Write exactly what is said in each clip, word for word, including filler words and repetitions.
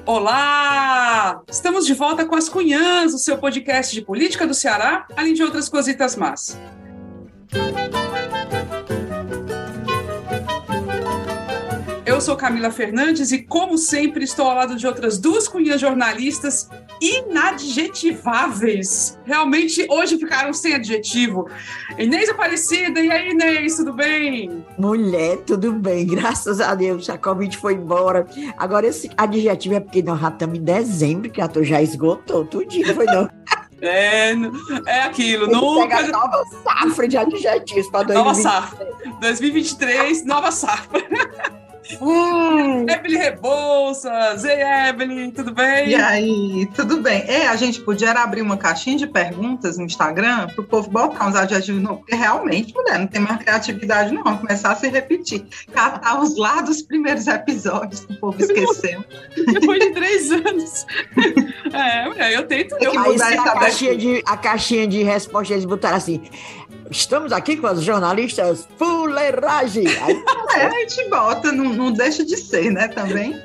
Olá! Estamos de volta com As Cunhãs, o seu podcast de política do Ceará, além de outras cositas más. Eu sou Camila Fernandes e, como sempre, estou ao lado de outras duas cunhãs jornalistas inadjetiváveis. Realmente, hoje ficaram sem adjetivo. Inês Aparecida, e aí, Inês, tudo bem? Mulher, tudo bem, graças a Deus, a Covid foi embora. Agora, esse adjetivo é porque nós já estamos em dezembro, que a tu já esgotou tudinho, foi não? É, é aquilo. Tem nunca... que pegar nova safra de adjetivos para dois mil e vinte e três. Nova safra. dois mil e vinte e três, nova safra. Hum. Evelyn Rebouças, ei Evelyn, tudo bem? E aí, tudo bem? É, a gente podia abrir uma caixinha de perguntas no Instagram para o povo botar uns adjetivos novos, porque realmente, mulher, não tem mais criatividade não, começar a se repetir, catar os lá dos primeiros episódios que o povo esqueceu. Depois de três anos. É, mulher, eu tento. Eu eu aí, a, caixinha de, a caixinha de resposta, eles botaram assim: estamos aqui com as jornalistas fuleiragem. Aí, é, a gente bota, não, não deixa de ser, né, também.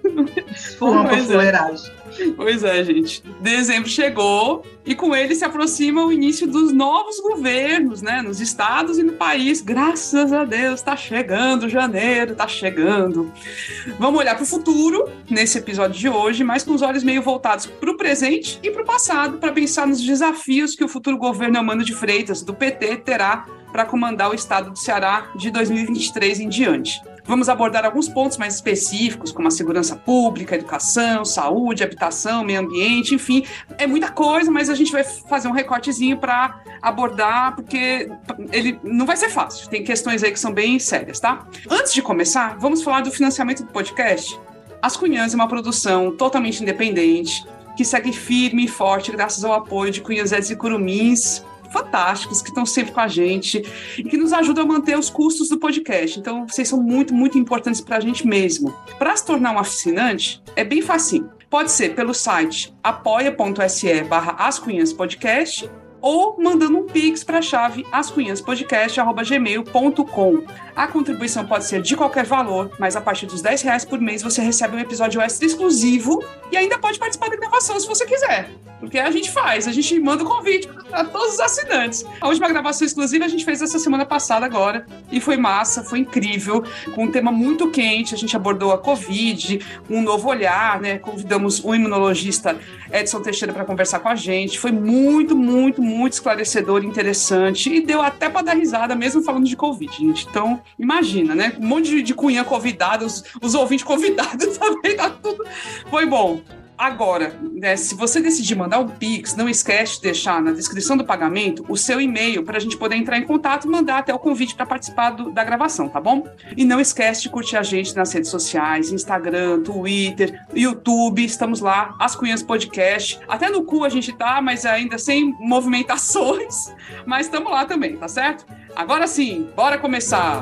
Fuma pra fuleiragem. Pois é, gente. Dezembro chegou e com ele se aproxima o início dos novos governos, né, nos estados e no país. Graças a Deus, tá chegando janeiro, tá chegando. Vamos olhar para o futuro nesse episódio de hoje, mas com os olhos meio voltados para o presente e para o passado, para pensar nos desafios que o futuro governo Eumano de Freitas, do P T, terá para comandar o estado do Ceará de dois mil e vinte e três em diante. Vamos abordar alguns pontos mais específicos, como a segurança pública, educação, saúde, habitação, meio ambiente, enfim, é muita coisa, mas a gente vai fazer um recortezinho para abordar, porque ele não vai ser fácil, tem questões aí que são bem sérias, tá? Antes de começar, vamos falar do financiamento do podcast. As Cunhãs é uma produção totalmente independente, que segue firme e forte graças ao apoio de cunhazetes e curumins fantásticos, que estão sempre com a gente e que nos ajudam a manter os custos do podcast. Então, vocês são muito, muito importantes para a gente mesmo. Para se tornar um assinante, é bem facinho. Pode ser pelo site apoia.se barra ascunhaspodcast ou mandando um pix para a chave ascunhaspodcast arroba gmail ponto com. A contribuição pode ser de qualquer valor, mas a partir dos dez reais por mês você recebe um episódio extra exclusivo e ainda pode participar da gravação se você quiser. Porque a gente faz, a gente manda o convite para todos os assinantes. A última gravação exclusiva a gente fez essa semana passada agora e foi massa, foi incrível, com um tema muito quente. A gente abordou a Covid, um novo olhar, né? Convidamos o imunologista Edson Teixeira para conversar com a gente. Foi muito, muito, muito esclarecedor, interessante e deu até para dar risada mesmo falando de Covid, gente. Então, imagina, né? Um monte de, de cunhã convidados, os, os ouvintes convidados também, tá tudo. Foi bom. Agora, né, se você decidir mandar um Pix, não esquece de deixar na descrição do pagamento o seu e-mail para a gente poder entrar em contato e mandar até o convite para participar do, da gravação, tá bom? E não esquece de curtir a gente nas redes sociais, Instagram, Twitter, YouTube, estamos lá, As Cunhãs Podcast. Até no cu a gente tá, mas ainda sem movimentações, mas estamos lá também, tá certo? Agora sim, bora começar!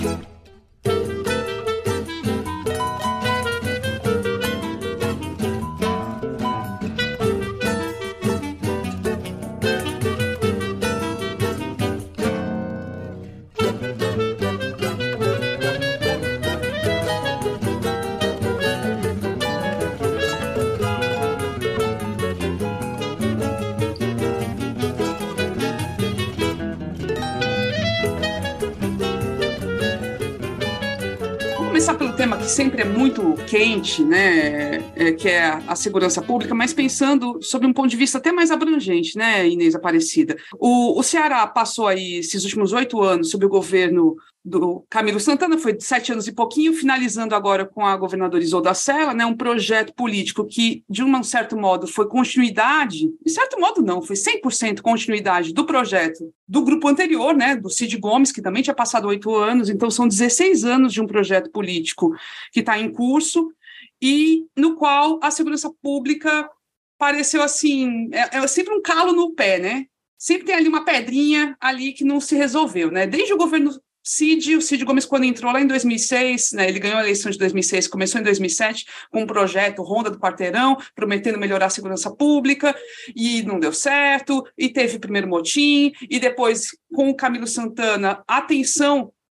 Pelo tema que sempre é muito quente, né, é, que é a, a segurança pública, mas pensando sobre um ponto de vista até mais abrangente, né, Inês Aparecida. O, o Ceará passou aí esses últimos oito anos sob o governo do Camilo Santana, foi sete anos e pouquinho, finalizando agora com a governadora Isolda Sela, né, um projeto político que, de um certo modo, foi continuidade, de certo modo não, foi cem por cento continuidade do projeto do grupo anterior, né, do Cid Gomes, que também tinha passado oito anos, então são dezesseis anos de um projeto político que está em curso e no qual a segurança pública pareceu assim, é, é sempre um calo no pé, né, sempre tem ali uma pedrinha ali que não se resolveu, né, desde o governo Cid, o Cid Gomes, quando entrou lá em dois mil e seis, né, ele ganhou a eleição de dois mil e seis, começou em dois mil e sete com um projeto Ronda do Quarteirão, prometendo melhorar a segurança pública, e não deu certo, e teve primeiro motim, e depois, com o Camilo Santana, a tensão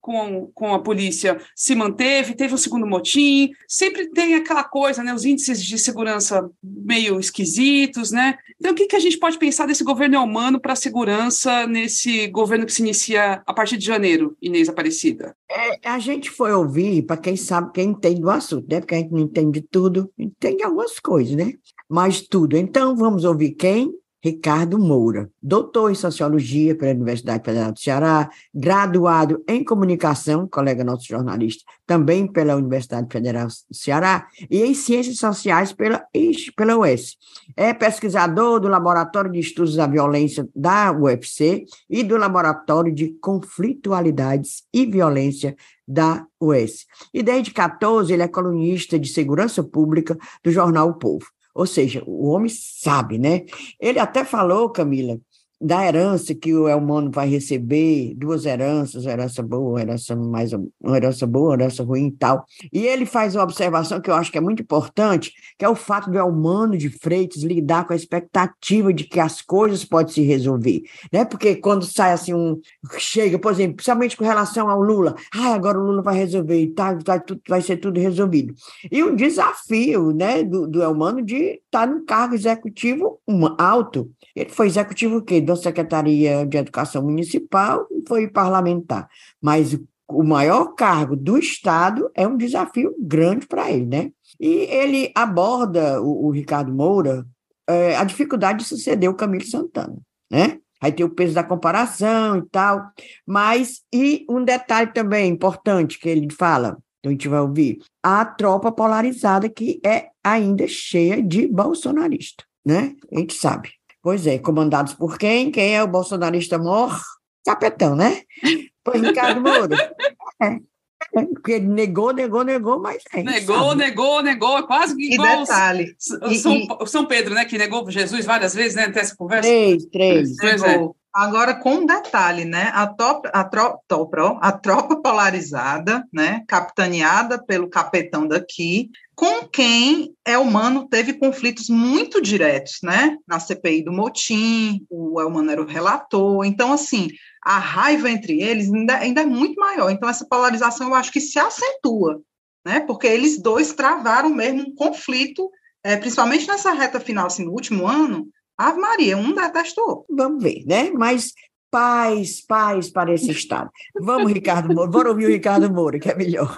com, com a polícia se manteve, teve um segundo motim, sempre tem aquela coisa, né, os índices de segurança meio esquisitos, né? Então, o que, que a gente pode pensar desse governo humano para a segurança nesse governo que se inicia a partir de janeiro, Inês Aparecida? É, a gente foi ouvir, para quem sabe, quem entende do assunto, né? Porque a gente não entende tudo, entende algumas coisas, né? Mas tudo. Então, vamos ouvir quem? Ricardo Moura, doutor em Sociologia pela Universidade Federal do Ceará, graduado em Comunicação, colega nosso jornalista, também pela Universidade Federal do Ceará, e em Ciências Sociais pela, pela U E S. É pesquisador do Laboratório de Estudos da Violência da U F C e do Laboratório de Conflitualidades e Violência da U E S. E desde catorze ele é colunista de Segurança Pública do jornal O Povo. Ou seja, o homem sabe, né? Ele até falou, Camila, da herança que o Elmano vai receber, duas heranças, uma herança boa, uma herança mais, uma herança boa, uma herança ruim e tal. E ele faz uma observação que eu acho que é muito importante, que é o fato do Elmano de Freitas lidar com a expectativa de que as coisas podem se resolver, né? Porque quando sai assim um, chega, por exemplo, principalmente com relação ao Lula, ah, agora o Lula vai resolver, tá, vai, tudo, vai ser tudo resolvido. E o desafio, né, do, do Elmano de estar num cargo executivo alto. Ele foi executivo o quê? Da Secretaria de Educação Municipal e foi parlamentar. Mas o maior cargo do Estado é um desafio grande para ele, né? E ele aborda, o, o Ricardo Moura, é, a dificuldade de suceder o Camilo Santana, né? Aí tem o peso da comparação e tal, mas, e um detalhe também importante que ele fala, que a gente vai ouvir, a tropa polarizada que é ainda cheia de bolsonarista, né? A gente sabe. Pois é, comandados por quem? Quem é o bolsonarista mor? Capetão, né? Pois, Ricardo Moura. É. Porque ele negou, negou, negou, mas é Negou, sabe. negou, negou, quase E igual detalhe. o São, e, São Pedro, né? Que negou Jesus várias vezes, né? Até essa conversa. Três, três. Pois é. negou. Agora, com um detalhe, né? A, top, a, tro, topro, a tropa polarizada, né? Capitaneada pelo capitão daqui, com quem Elmano teve conflitos muito diretos, né? Na C P I do motim, o Elmano era o relator. Então, assim, a raiva entre eles ainda, ainda é muito maior. Então, essa polarização eu acho que se acentua, né? Porque eles dois travaram mesmo um conflito, é, principalmente nessa reta final, assim, no último ano. Ave Maria, um detestou. Vamos ver, né? Mas paz, paz para esse Estado. Vamos, Ricardo Moura. Vamos ouvir o Ricardo Moura, que é melhor.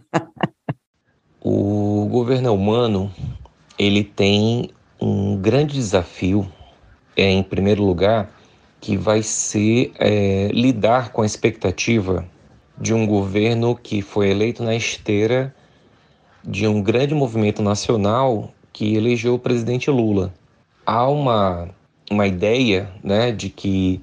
O governo humano, ele tem um grande desafio, é, em primeiro lugar, que vai ser é, lidar com a expectativa de um governo que foi eleito na esteira de um grande movimento nacional que elegeu o presidente Lula. Há uma, uma ideia, né, de que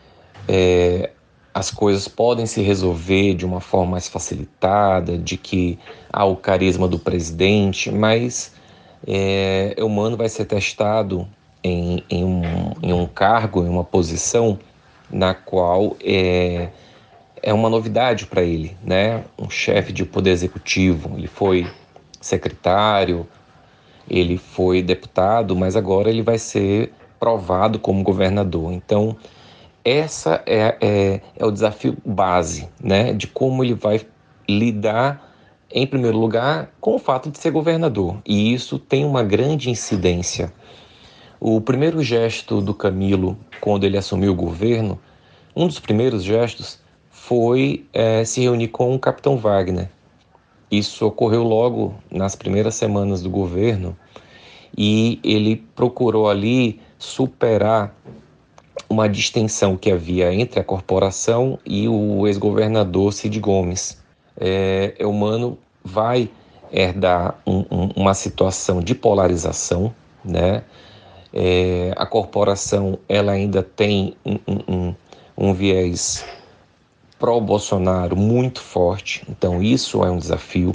é, as coisas podem se resolver de uma forma mais facilitada, de que há o carisma do presidente, mas é, o humano vai ser testado em, em, um, em um cargo, em uma posição na qual é, é uma novidade para ele, né? Um chefe de poder executivo, ele foi secretário, ele foi deputado, mas agora ele vai ser provado como governador. Então, essa é, é, é o desafio base, né, de como ele vai lidar, em primeiro lugar, com o fato de ser governador. E isso tem uma grande incidência. O primeiro gesto do Camilo, quando ele assumiu o governo, um dos primeiros gestos foi é, se reunir com o capitão Wagner. Isso ocorreu logo nas primeiras semanas do governo e ele procurou ali superar uma distensão que havia entre a corporação e o ex-governador Cid Gomes. É, Elmano vai herdar um, um, uma situação de polarização, né? É, a corporação ela ainda tem um, um, um, um viés pró-Bolsonaro muito forte, então isso é um desafio.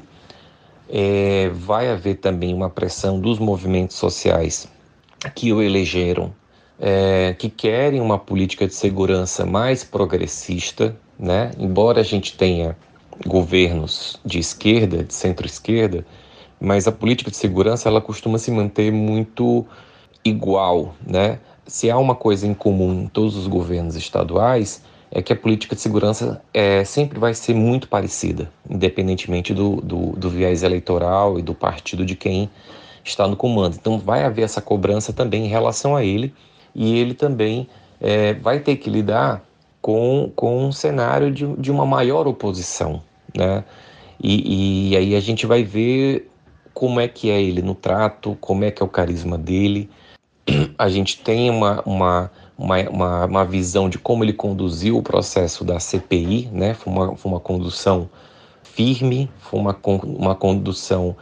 É, vai haver também uma pressão dos movimentos sociais que o elegeram, é, que querem uma política de segurança mais progressista, né? Embora a gente tenha governos de esquerda, de centro-esquerda, mas a política de segurança ela costuma se manter muito igual, né? Se há uma coisa em comum em todos os governos estaduais, é que a política de segurança é, sempre vai ser muito parecida, independentemente do, do, do viés eleitoral e do partido de quem está no comando. Então vai haver essa cobrança também em relação a ele, e ele também é, vai ter que lidar com, com um cenário de, de uma maior oposição, né? E, e aí a gente vai ver como é que é ele no trato, como é que é o carisma dele. A gente tem uma, uma, uma, uma, uma visão de como ele conduziu o processo da C P I, né? Foi uma, foi uma condução firme, foi uma, uma condução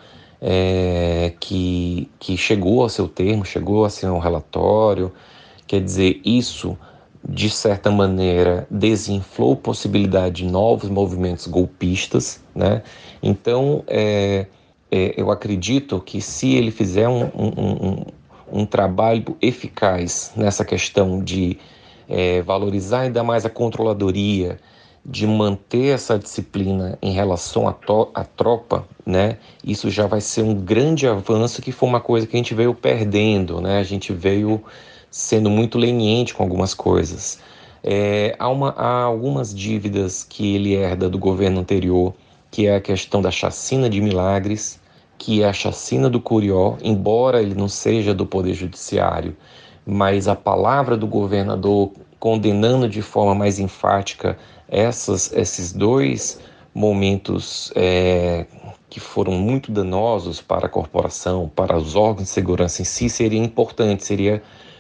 é, que, que chegou ao seu termo, chegou a ser um relatório. Quer dizer, isso, de certa maneira, desinflou a possibilidade de novos movimentos golpistas, né? Então, é, é, eu acredito que se ele fizer um, um, um, um trabalho eficaz nessa questão de é, valorizar ainda mais a controladoria, de manter essa disciplina em relação à, to- à tropa, né? Isso já vai ser um grande avanço, que foi uma coisa que a gente veio perdendo, né? A gente veio sendo muito leniente com algumas coisas. É, há, uma, há algumas dívidas que ele herda do governo anterior, que é a questão da chacina de Milagres, que é a chacina do Curió, embora ele não seja do Poder Judiciário, mas a palavra do governador condenando de forma mais enfática essas, esses dois momentos é, que foram muito danosos para a corporação, para os órgãos de segurança em si, seria importante, seria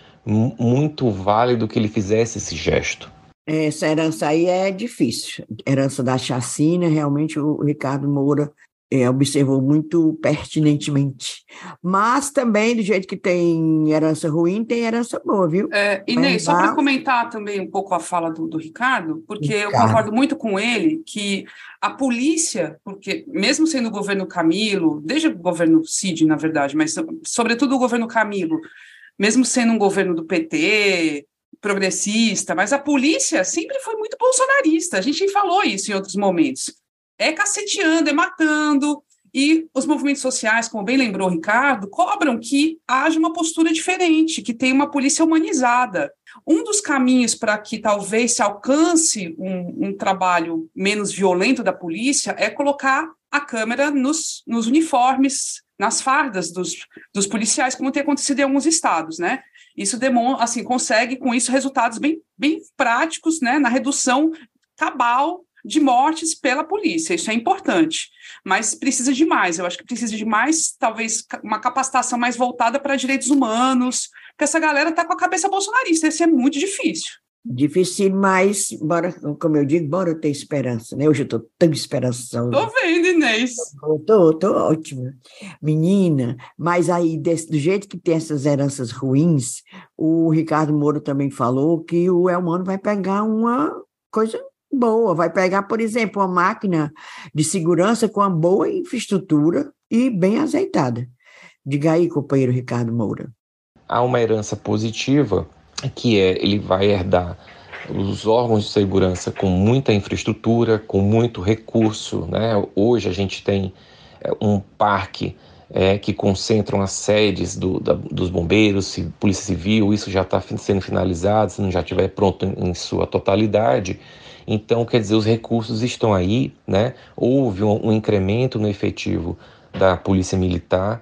m- muito válido que ele fizesse esse gesto. Essa herança aí é difícil. Herança da chacina, realmente o Ricardo Moura é, observou muito pertinentemente. Mas também, do jeito que tem herança ruim, tem herança boa, viu? É, Inês, só para comentar também um pouco a fala do, do Ricardo, porque Ricardo. eu concordo muito com ele que a polícia, porque mesmo sendo o governo Camilo, desde o governo Cid, na verdade, mas sobretudo o governo Camilo, mesmo sendo um governo do P T, progressista, mas a polícia sempre foi muito bolsonarista, a gente falou isso em outros momentos. É caceteando, é matando, e os movimentos sociais, como bem lembrou o Ricardo, cobram que haja uma postura diferente, que tenha uma polícia humanizada. Um dos caminhos para que talvez se alcance um, um trabalho menos violento da polícia é colocar a câmera nos, nos uniformes, nas fardas dos, dos policiais, como tem acontecido em alguns estados, né? Isso demonstra, assim, consegue com isso resultados bem, bem práticos, né, na redução cabal de mortes pela polícia. Isso é importante, mas precisa de mais. Eu acho que precisa de mais, talvez, uma capacitação mais voltada para direitos humanos, porque essa galera está com a cabeça bolsonarista. Isso é muito difícil. Difícil, mas, bora, como eu digo, bora ter esperança, né? Hoje eu estou tão esperançosa. Estou vendo, Inês. Estou, estou ótima. Menina, mas aí, desse, do jeito que tem essas heranças ruins, o Ricardo Moura também falou que o Elmano vai pegar uma coisa boa, vai pegar, por exemplo, uma máquina de segurança com uma boa infraestrutura e bem azeitada. Diga aí, companheiro Ricardo Moura. Há uma herança positiva, que é, ele vai herdar os órgãos de segurança com muita infraestrutura, com muito recurso, né? Hoje a gente tem um parque é, que concentram as sedes do, da, dos bombeiros, polícia civil, isso já está sendo finalizado, se não já estiver pronto em, em sua totalidade. Então, quer dizer, os recursos estão aí, né? Houve um, um incremento no efetivo da polícia militar.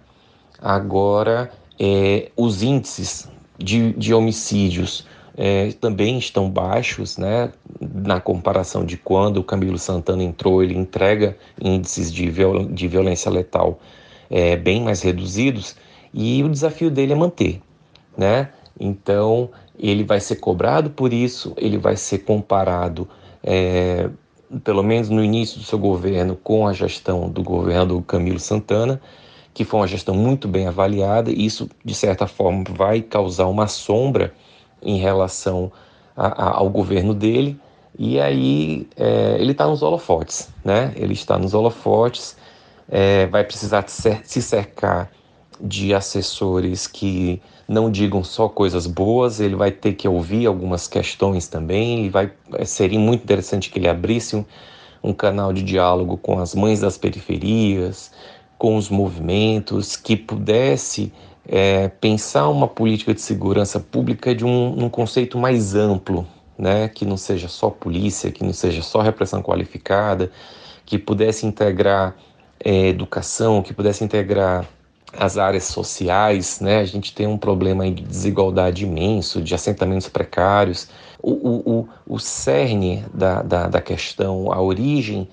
Agora, é, os índices de, de homicídios é, também estão baixos, né? Na comparação de quando o Camilo Santana entrou, ele entrega índices de, viol, de violência letal é, bem mais reduzidos, e o desafio dele é manter, né? Então, ele vai ser cobrado por isso, ele vai ser comparado, é, pelo menos no início do seu governo, com a gestão do governo do Camilo Santana, que foi uma gestão muito bem avaliada, e isso, de certa forma, vai causar uma sombra em relação a, a, ao governo dele, e aí é, ele está nos holofotes, né? Ele está nos holofotes, é, vai precisar se cercar de assessores que não digam só coisas boas, ele vai ter que ouvir algumas questões também, e vai, seria muito interessante que ele abrisse um, um canal de diálogo com as mães das periferias, com os movimentos, que pudesse é, pensar uma política de segurança pública de um, um conceito mais amplo, né, que não seja só polícia, que não seja só repressão qualificada, que pudesse integrar é, educação, que pudesse integrar as áreas sociais, né? A gente tem um problema aí de desigualdade imenso, de assentamentos precários. O, o, o, o cerne da, da, da questão, a origem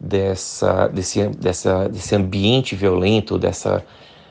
dessa, desse, dessa, desse ambiente violento, dessa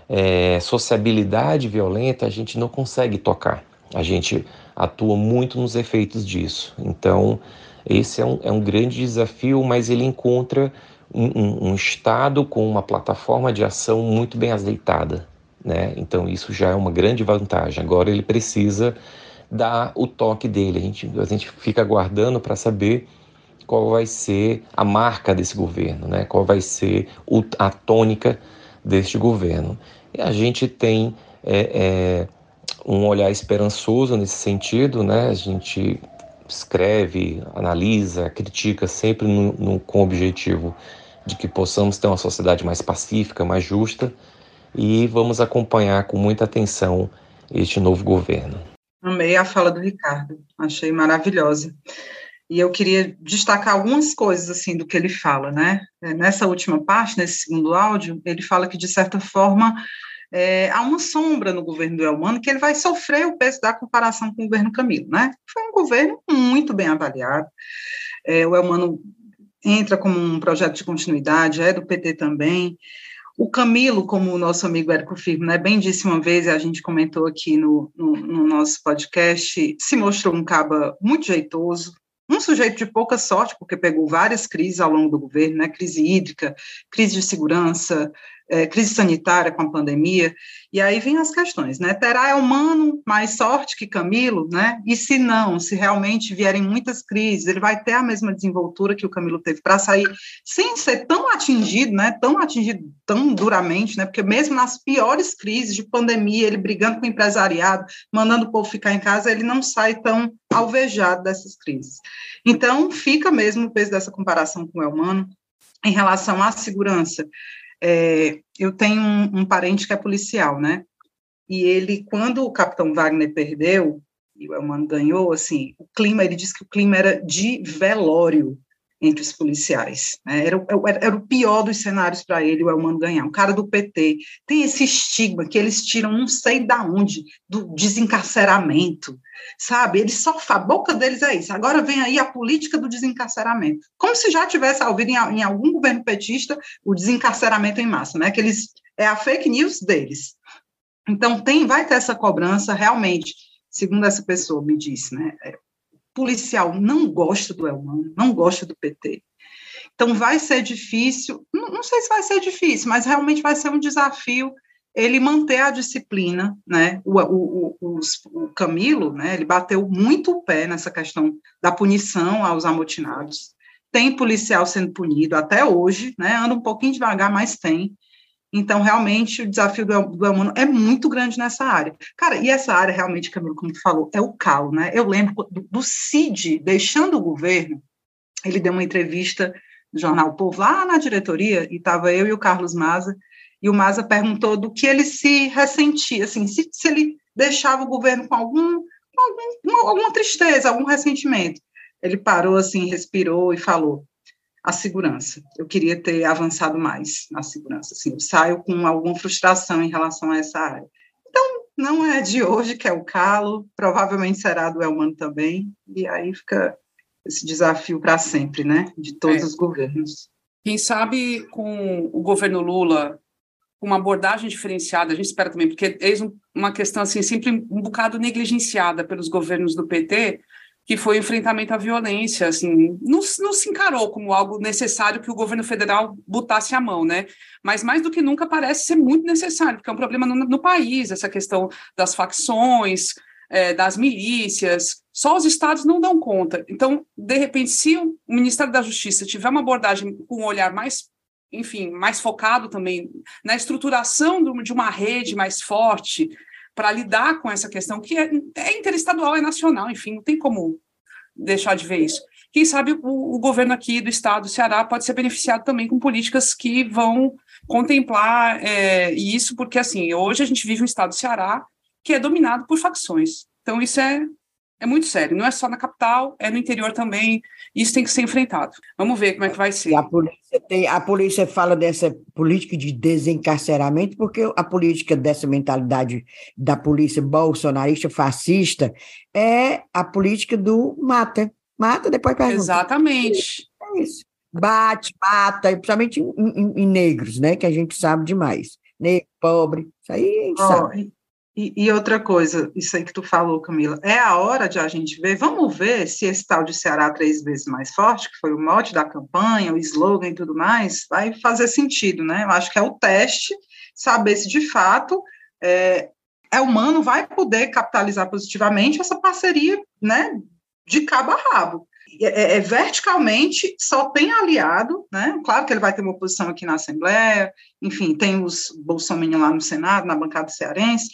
é, sociabilidade violenta, a gente não consegue tocar. A gente atua muito nos efeitos disso. Então, esse é um, é um grande desafio, mas ele encontra um, um, um Estado com uma plataforma de ação muito bem azeitada, né? Então, isso já é uma grande vantagem. Agora, ele precisa dar o toque dele. A gente, a gente fica aguardando para saber qual vai ser a marca desse governo, né? Qual vai ser o, a tônica deste governo. E a gente tem é, é, um olhar esperançoso nesse sentido, né? A gente escreve, analisa, critica sempre no, no, com o objetivo de que possamos ter uma sociedade mais pacífica, mais justa, e vamos acompanhar com muita atenção este novo governo. Amei a fala do Ricardo, achei maravilhosa. E eu queria destacar algumas coisas assim do que ele fala, né? Nessa última parte, nesse segundo áudio, ele fala que, de certa forma, é, há uma sombra no governo do Elmano, que ele vai sofrer o peso da comparação com o governo Camilo, né? Foi um governo muito bem avaliado. É, o Elmano entra como um projeto de continuidade, é do P T também. O Camilo, como o nosso amigo Érico Firmo, né, bem disse uma vez, e a gente comentou aqui no, no, no nosso podcast, se mostrou um caba muito jeitoso, um sujeito de pouca sorte, porque pegou várias crises ao longo do governo, né, crise hídrica, crise de segurança, é, crise sanitária com a pandemia, e aí vem as questões, né, terá Elmano mais sorte que Camilo, né, e se não, se realmente vierem muitas crises, ele vai ter a mesma desenvoltura que o Camilo teve para sair sem ser tão atingido, né, tão atingido tão duramente, né, porque mesmo nas piores crises de pandemia, ele brigando com o empresariado, mandando o povo ficar em casa, ele não sai tão alvejado dessas crises. Então, fica mesmo o peso dessa comparação com o Elmano. Em relação à segurança, é, eu tenho um, um parente que é policial, né, e ele, quando o capitão Wagner perdeu, e o Elmano ganhou, assim, o clima, ele disse que o clima era de velório entre os policiais, né? era, era, era o pior dos cenários para ele, o Elmano ganhar. Um cara do P T tem esse estigma que eles tiram não sei da onde, do desencarceramento, sabe? Eles só, a boca deles é isso. Agora vem aí a política do desencarceramento, como se já tivesse ouvido em, em algum governo petista o desencarceramento em massa, né? Que eles, é a fake news deles. Então tem, vai ter essa cobrança realmente, segundo essa pessoa me disse, né? É, policial não gosta do Elmano, não gosta do P T. Então, vai ser difícil, não, não sei se vai ser difícil, mas realmente vai ser um desafio ele manter a disciplina, né? O, o, o, o Camilo, né? Ele bateu muito o pé nessa questão da punição aos amotinados. Tem policial sendo punido até hoje, né? Anda um pouquinho devagar, mas tem. Então, realmente, o desafio do, do Elmano é muito grande nessa área. Cara, e essa área, realmente, Camilo, como tu falou, é o calo, né? Eu lembro do, do Cid deixando o governo, ele deu uma entrevista no jornal O Povo, lá na diretoria, e estava eu e o Carlos Maza, e o Maza perguntou do que ele se ressentia, assim, se, se ele deixava o governo com algum, algum, alguma tristeza, algum ressentimento. Ele parou, assim, respirou e falou: a segurança. Eu queria ter avançado mais na segurança. Assim, eu saio com alguma frustração em relação a essa área. Então, não é de hoje que é o calo, provavelmente será do Elmano também, e aí fica esse desafio para sempre, né, de todos é. os governos. Quem sabe com o governo Lula, com uma abordagem diferenciada, a gente espera também, porque é uma questão assim, sempre um bocado negligenciada pelos governos do P T, que foi o enfrentamento à violência, assim, não, não se encarou como algo necessário que o governo federal botasse a mão, né? Mas mais do que nunca parece ser muito necessário, porque é um problema no, no país, essa questão das facções, é, das milícias, só os estados não dão conta. Então, de repente, se o Ministério da Justiça tiver uma abordagem com um olhar mais, enfim, mais focado também na estruturação de uma rede mais forte, para lidar com essa questão, que é, é interestadual, é nacional, enfim, não tem como deixar de ver isso. Quem sabe o, o governo aqui do estado do Ceará pode ser beneficiado também com políticas que vão contemplar é, isso, porque, assim, hoje a gente vive um estado do Ceará que é dominado por facções. Então, isso é É muito sério, não é só na capital, é no interior também, isso tem que ser enfrentado. Vamos ver como é que vai ser. E a polícia, tem, a polícia fala dessa política de desencarceramento, porque a política dessa mentalidade da polícia bolsonarista, fascista, é a política do mata. Mata, depois pergunta. Exatamente. É isso. Bate, mata, principalmente em, em, em negros, né, que a gente sabe demais. Negro, pobre, isso aí a gente oh, sabe. E, e outra coisa, isso aí que tu falou, Camila, é a hora de a gente ver, vamos ver se esse tal de Ceará três vezes mais forte, que foi o mote da campanha, o slogan e tudo mais, vai fazer sentido, né? Eu acho que é o teste, saber se de fato é, é humano, vai poder capitalizar positivamente essa parceria, né, de cabo a rabo. É, é, verticalmente, só tem aliado, né? Claro que ele vai ter uma oposição aqui na Assembleia, enfim, tem os bolsominions lá no Senado, na bancada cearense,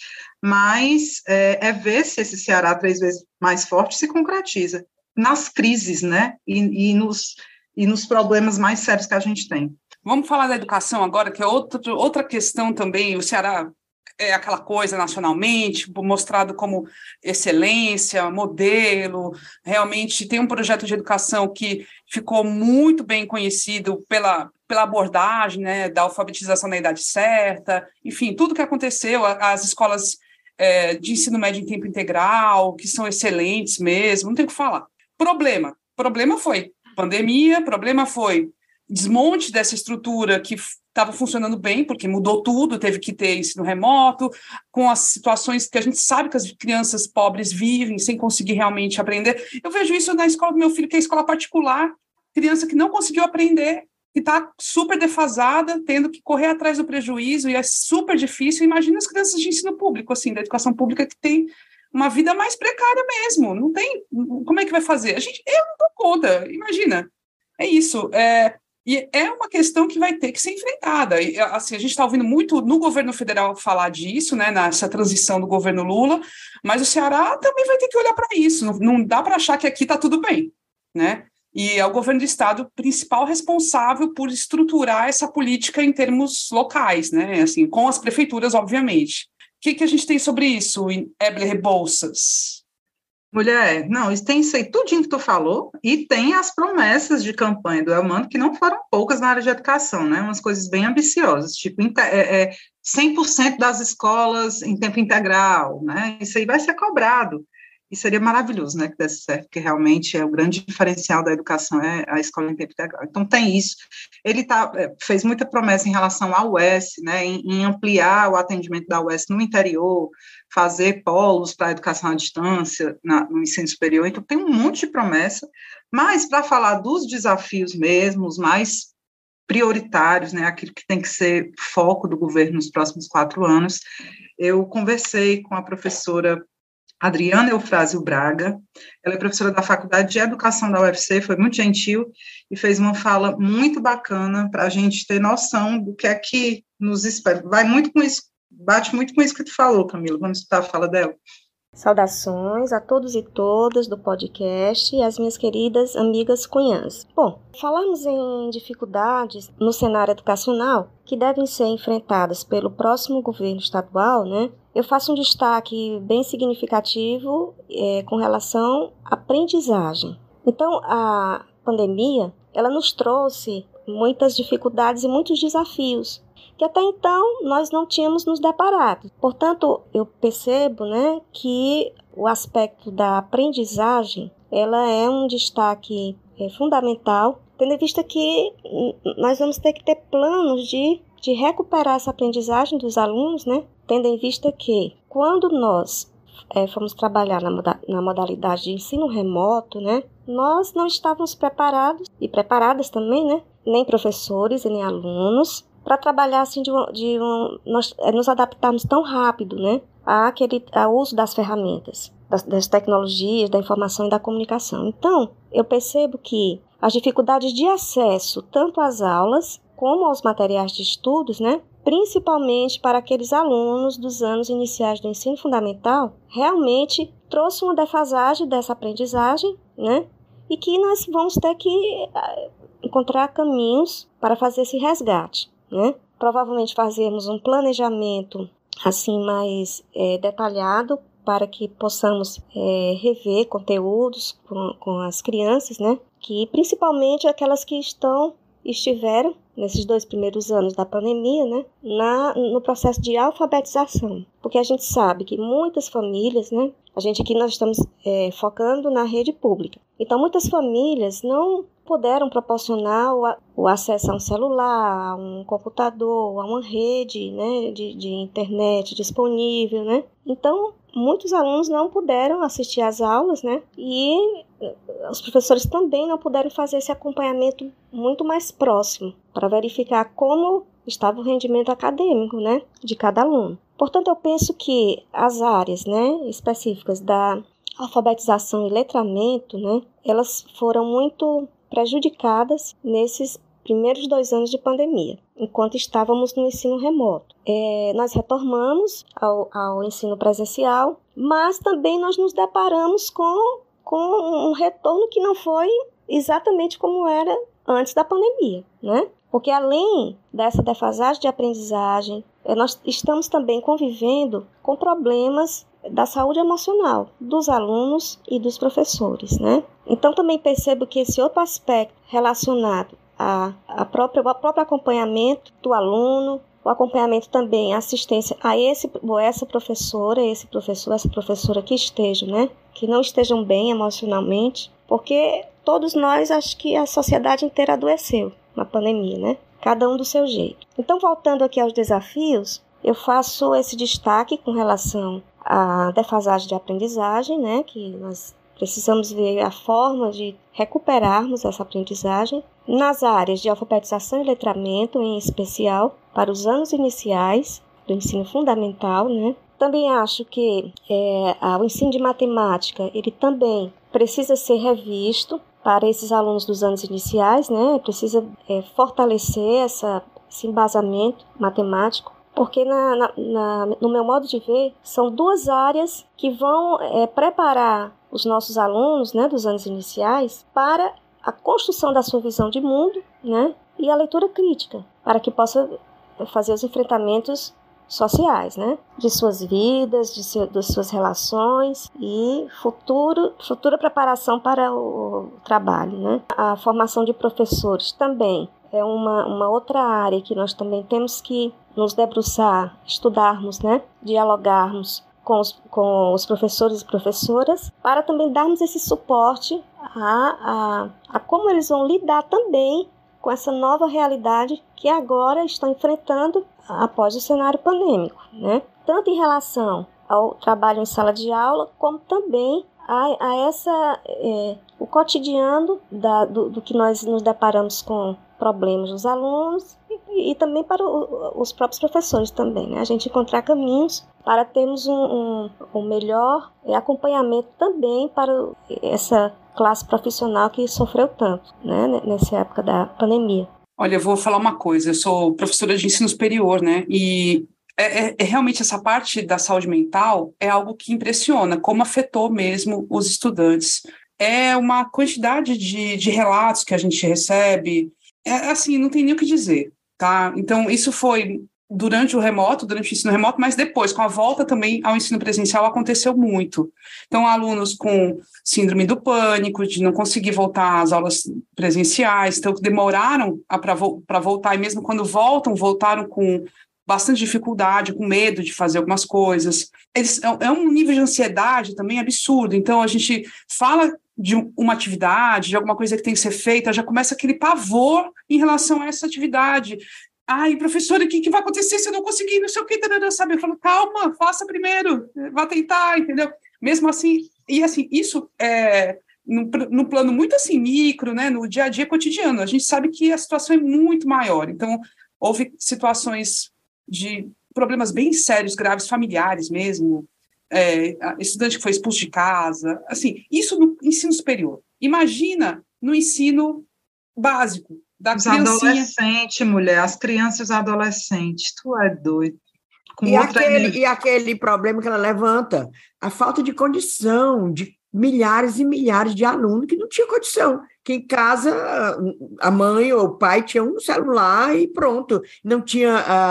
mas é, é ver se esse Ceará três vezes mais forte se concretiza nas crises, né? E, e, nos, e nos problemas mais sérios que a gente tem. Vamos falar da educação agora, que é outra, outra questão também. O Ceará é aquela coisa nacionalmente, mostrado como excelência, modelo, realmente tem um projeto de educação que ficou muito bem conhecido pela, pela abordagem, né, da alfabetização na idade certa, enfim, tudo que aconteceu, as escolas é, de ensino médio em tempo integral, que são excelentes mesmo, não tem o que falar. Problema, problema foi pandemia, problema foi desmonte dessa estrutura que estava funcionando bem, porque mudou tudo, teve que ter ensino remoto, com as situações que a gente sabe que as crianças pobres vivem, sem conseguir realmente aprender. Eu vejo isso na escola do meu filho, que é a escola particular, criança que não conseguiu aprender, que está super defasada, tendo que correr atrás do prejuízo, e é super difícil. Imagina as crianças de ensino público, assim, da educação pública, que tem uma vida mais precária mesmo, não tem, como é que vai fazer? A gente, eu não dou conta, imagina, é isso, é... E é uma questão que vai ter que ser enfrentada. E, assim, a gente está ouvindo muito no governo federal falar disso, né, nessa transição do governo Lula, mas o Ceará também vai ter que olhar para isso. Não, não dá para achar que aqui está tudo bem, né? E é o governo do estado principal responsável por estruturar essa política em termos locais, né? Assim, com as prefeituras, obviamente. O que, que a gente tem sobre isso, Éble Rebouças? Mulher, não, isso tem isso aí, tudinho que tu falou, e tem as promessas de campanha do Elmano, que não foram poucas na área de educação, né, umas coisas bem ambiciosas, tipo, é, é, cem por cento das escolas em tempo integral, né, isso aí vai ser cobrado, e seria maravilhoso, né, que desse certo, porque realmente é o grande diferencial da educação, é a escola em tempo integral. Então, tem isso. Ele tá, fez muita promessa em relação à U E S, né, em, em ampliar o atendimento da U E S no interior, fazer polos para a educação à distância na, no ensino superior. Então, tem um monte de promessa, mas para falar dos desafios mesmo, os mais prioritários, né, aquilo que tem que ser foco do governo nos próximos quatro anos, eu conversei com a professora Adriana Eufrásio Braga, ela é professora da Faculdade de Educação da U F C, foi muito gentil e fez uma fala muito bacana para a gente ter noção do que é que nos espera. Vai muito com isso, bate muito com isso que tu falou, Camila. Vamos escutar a fala dela. Saudações a todos e todas do podcast e as minhas queridas amigas cunhãs. Bom, falamos em dificuldades no cenário educacional que devem ser enfrentadas pelo próximo governo estadual, né? Eu faço um destaque bem significativo é, com relação à aprendizagem. Então, a pandemia, ela nos trouxe muitas dificuldades e muitos desafios que até então nós não tínhamos nos deparado. Portanto, eu percebo, né, que o aspecto da aprendizagem, ela é um destaque é, fundamental, tendo em vista que nós vamos ter que ter planos de, de recuperar essa aprendizagem dos alunos, né, tendo em vista que quando nós é, fomos trabalhar na, moda, na modalidade de ensino remoto, né, nós não estávamos preparados, e preparadas também, né, nem professores e nem alunos, para trabalhar assim de, um, de um, nós é, nos adaptarmos tão rápido, né, àquele, ao uso das ferramentas, das, das tecnologias, da informação e da comunicação. Então, eu percebo que as dificuldades de acesso tanto às aulas como aos materiais de estudos, né, principalmente para aqueles alunos dos anos iniciais do ensino fundamental, realmente trouxe uma defasagem dessa aprendizagem, né, e que nós vamos ter que encontrar caminhos para fazer esse resgate. Né? Provavelmente fazermos um planejamento assim mais é, detalhado para que possamos é, rever conteúdos com, com as crianças, né? Que principalmente aquelas que estão, estiveram nesses dois primeiros anos da pandemia, né? Na, no processo de alfabetização. Porque a gente sabe que muitas famílias, né? A gente aqui nós estamos é, focando na rede pública. Então, muitas famílias não puderam proporcionar o, o acesso a um celular, a um computador, a uma rede, né, de, de internet disponível, né? Então, muitos alunos não puderam assistir às aulas, né? E os professores também não puderam fazer esse acompanhamento muito mais próximo para verificar como estava o rendimento acadêmico, né, de cada aluno. Portanto, eu penso que as áreas, né, específicas da alfabetização e letramento, né, elas foram muito prejudicadas nesses primeiros dois anos de pandemia, enquanto estávamos no ensino remoto. É, nós retornamos ao, ao ensino presencial, mas também nós nos deparamos com, com um retorno que não foi exatamente como era antes da pandemia, né? Porque além dessa defasagem de aprendizagem, nós estamos também convivendo com problemas da saúde emocional dos alunos e dos professores, né? Então também percebo que esse outro aspecto relacionado a, a própria, ao próprio acompanhamento do aluno, o acompanhamento também, a assistência a esse ou essa professora, esse professor, essa professora que estejam, né? Que não estejam bem emocionalmente, porque todos nós, acho que a sociedade inteira adoeceu na pandemia, né? Cada um do seu jeito. Então, voltando aqui aos desafios, eu faço esse destaque com relação à defasagem de aprendizagem, né? Que nós precisamos ver a forma de recuperarmos essa aprendizagem nas áreas de alfabetização e letramento, em especial para os anos iniciais do ensino fundamental, né? Também acho que é, o ensino de matemática, ele também precisa ser revisto para esses alunos dos anos iniciais, né? Precisa é, fortalecer essa, esse embasamento matemático, porque na, na, na, no meu modo de ver, são duas áreas que vão é, preparar os nossos alunos, né, dos anos iniciais para a construção da sua visão de mundo, né, e a leitura crítica, para que possa fazer os enfrentamentos sociais, né, de suas vidas, de, seu, de suas relações e futuro, futura preparação para o trabalho, né. A formação de professores também é uma, uma outra área que nós também temos que nos debruçar, estudarmos, né, dialogarmos com os, com os professores e professoras, para também darmos esse suporte a, a, a como eles vão lidar também com essa nova realidade que agora estão enfrentando após o cenário pandêmico, né? Tanto em relação ao trabalho em sala de aula, como também a, a essa, é, o cotidiano da, do, do que nós nos deparamos com problemas dos alunos e, e também para o, os próprios professores também, né? A gente encontrar caminhos para termos um, um, um melhor acompanhamento também para essa classe profissional que sofreu tanto, né, nessa época da pandemia. Olha, eu vou falar uma coisa, eu sou professora de ensino superior, né, e é, é, é realmente essa parte da saúde mental é algo que impressiona, como afetou mesmo os estudantes. É uma quantidade de, de relatos que a gente recebe, é assim, não tem nem o que dizer, tá? Então, isso foi durante o remoto, durante o ensino remoto, mas depois, com a volta também ao ensino presencial, aconteceu muito. Então, alunos com síndrome do pânico, de não conseguir voltar às aulas presenciais, então demoraram para voltar, e mesmo quando voltam, voltaram com bastante dificuldade, com medo de fazer algumas coisas. Eles, é um nível de ansiedade também absurdo. Então, a gente fala de uma atividade, de alguma coisa que tem que ser feita, já começa aquele pavor em relação a essa atividade. Ai, professora, o que, que vai acontecer se eu não conseguir, não sei o que, sabe? Eu falo, calma, faça primeiro, vá tentar, entendeu? Mesmo assim, e assim, isso é no, no plano muito assim, micro, né, no dia a dia cotidiano, a gente sabe que a situação é muito maior, então houve situações de problemas bem sérios, graves, familiares mesmo, é, estudante que foi expulso de casa, assim, isso no ensino superior. Imagina no ensino básico, da os criancinha. adolescentes, mulher, as crianças e os adolescentes, tu é doido. Com e, outra aquele, energia. e aquele problema que ela levanta, a falta de condição de milhares e milhares de alunos que não tinham condição, que em casa a mãe ou o pai tinha um celular e pronto, não tinha uh,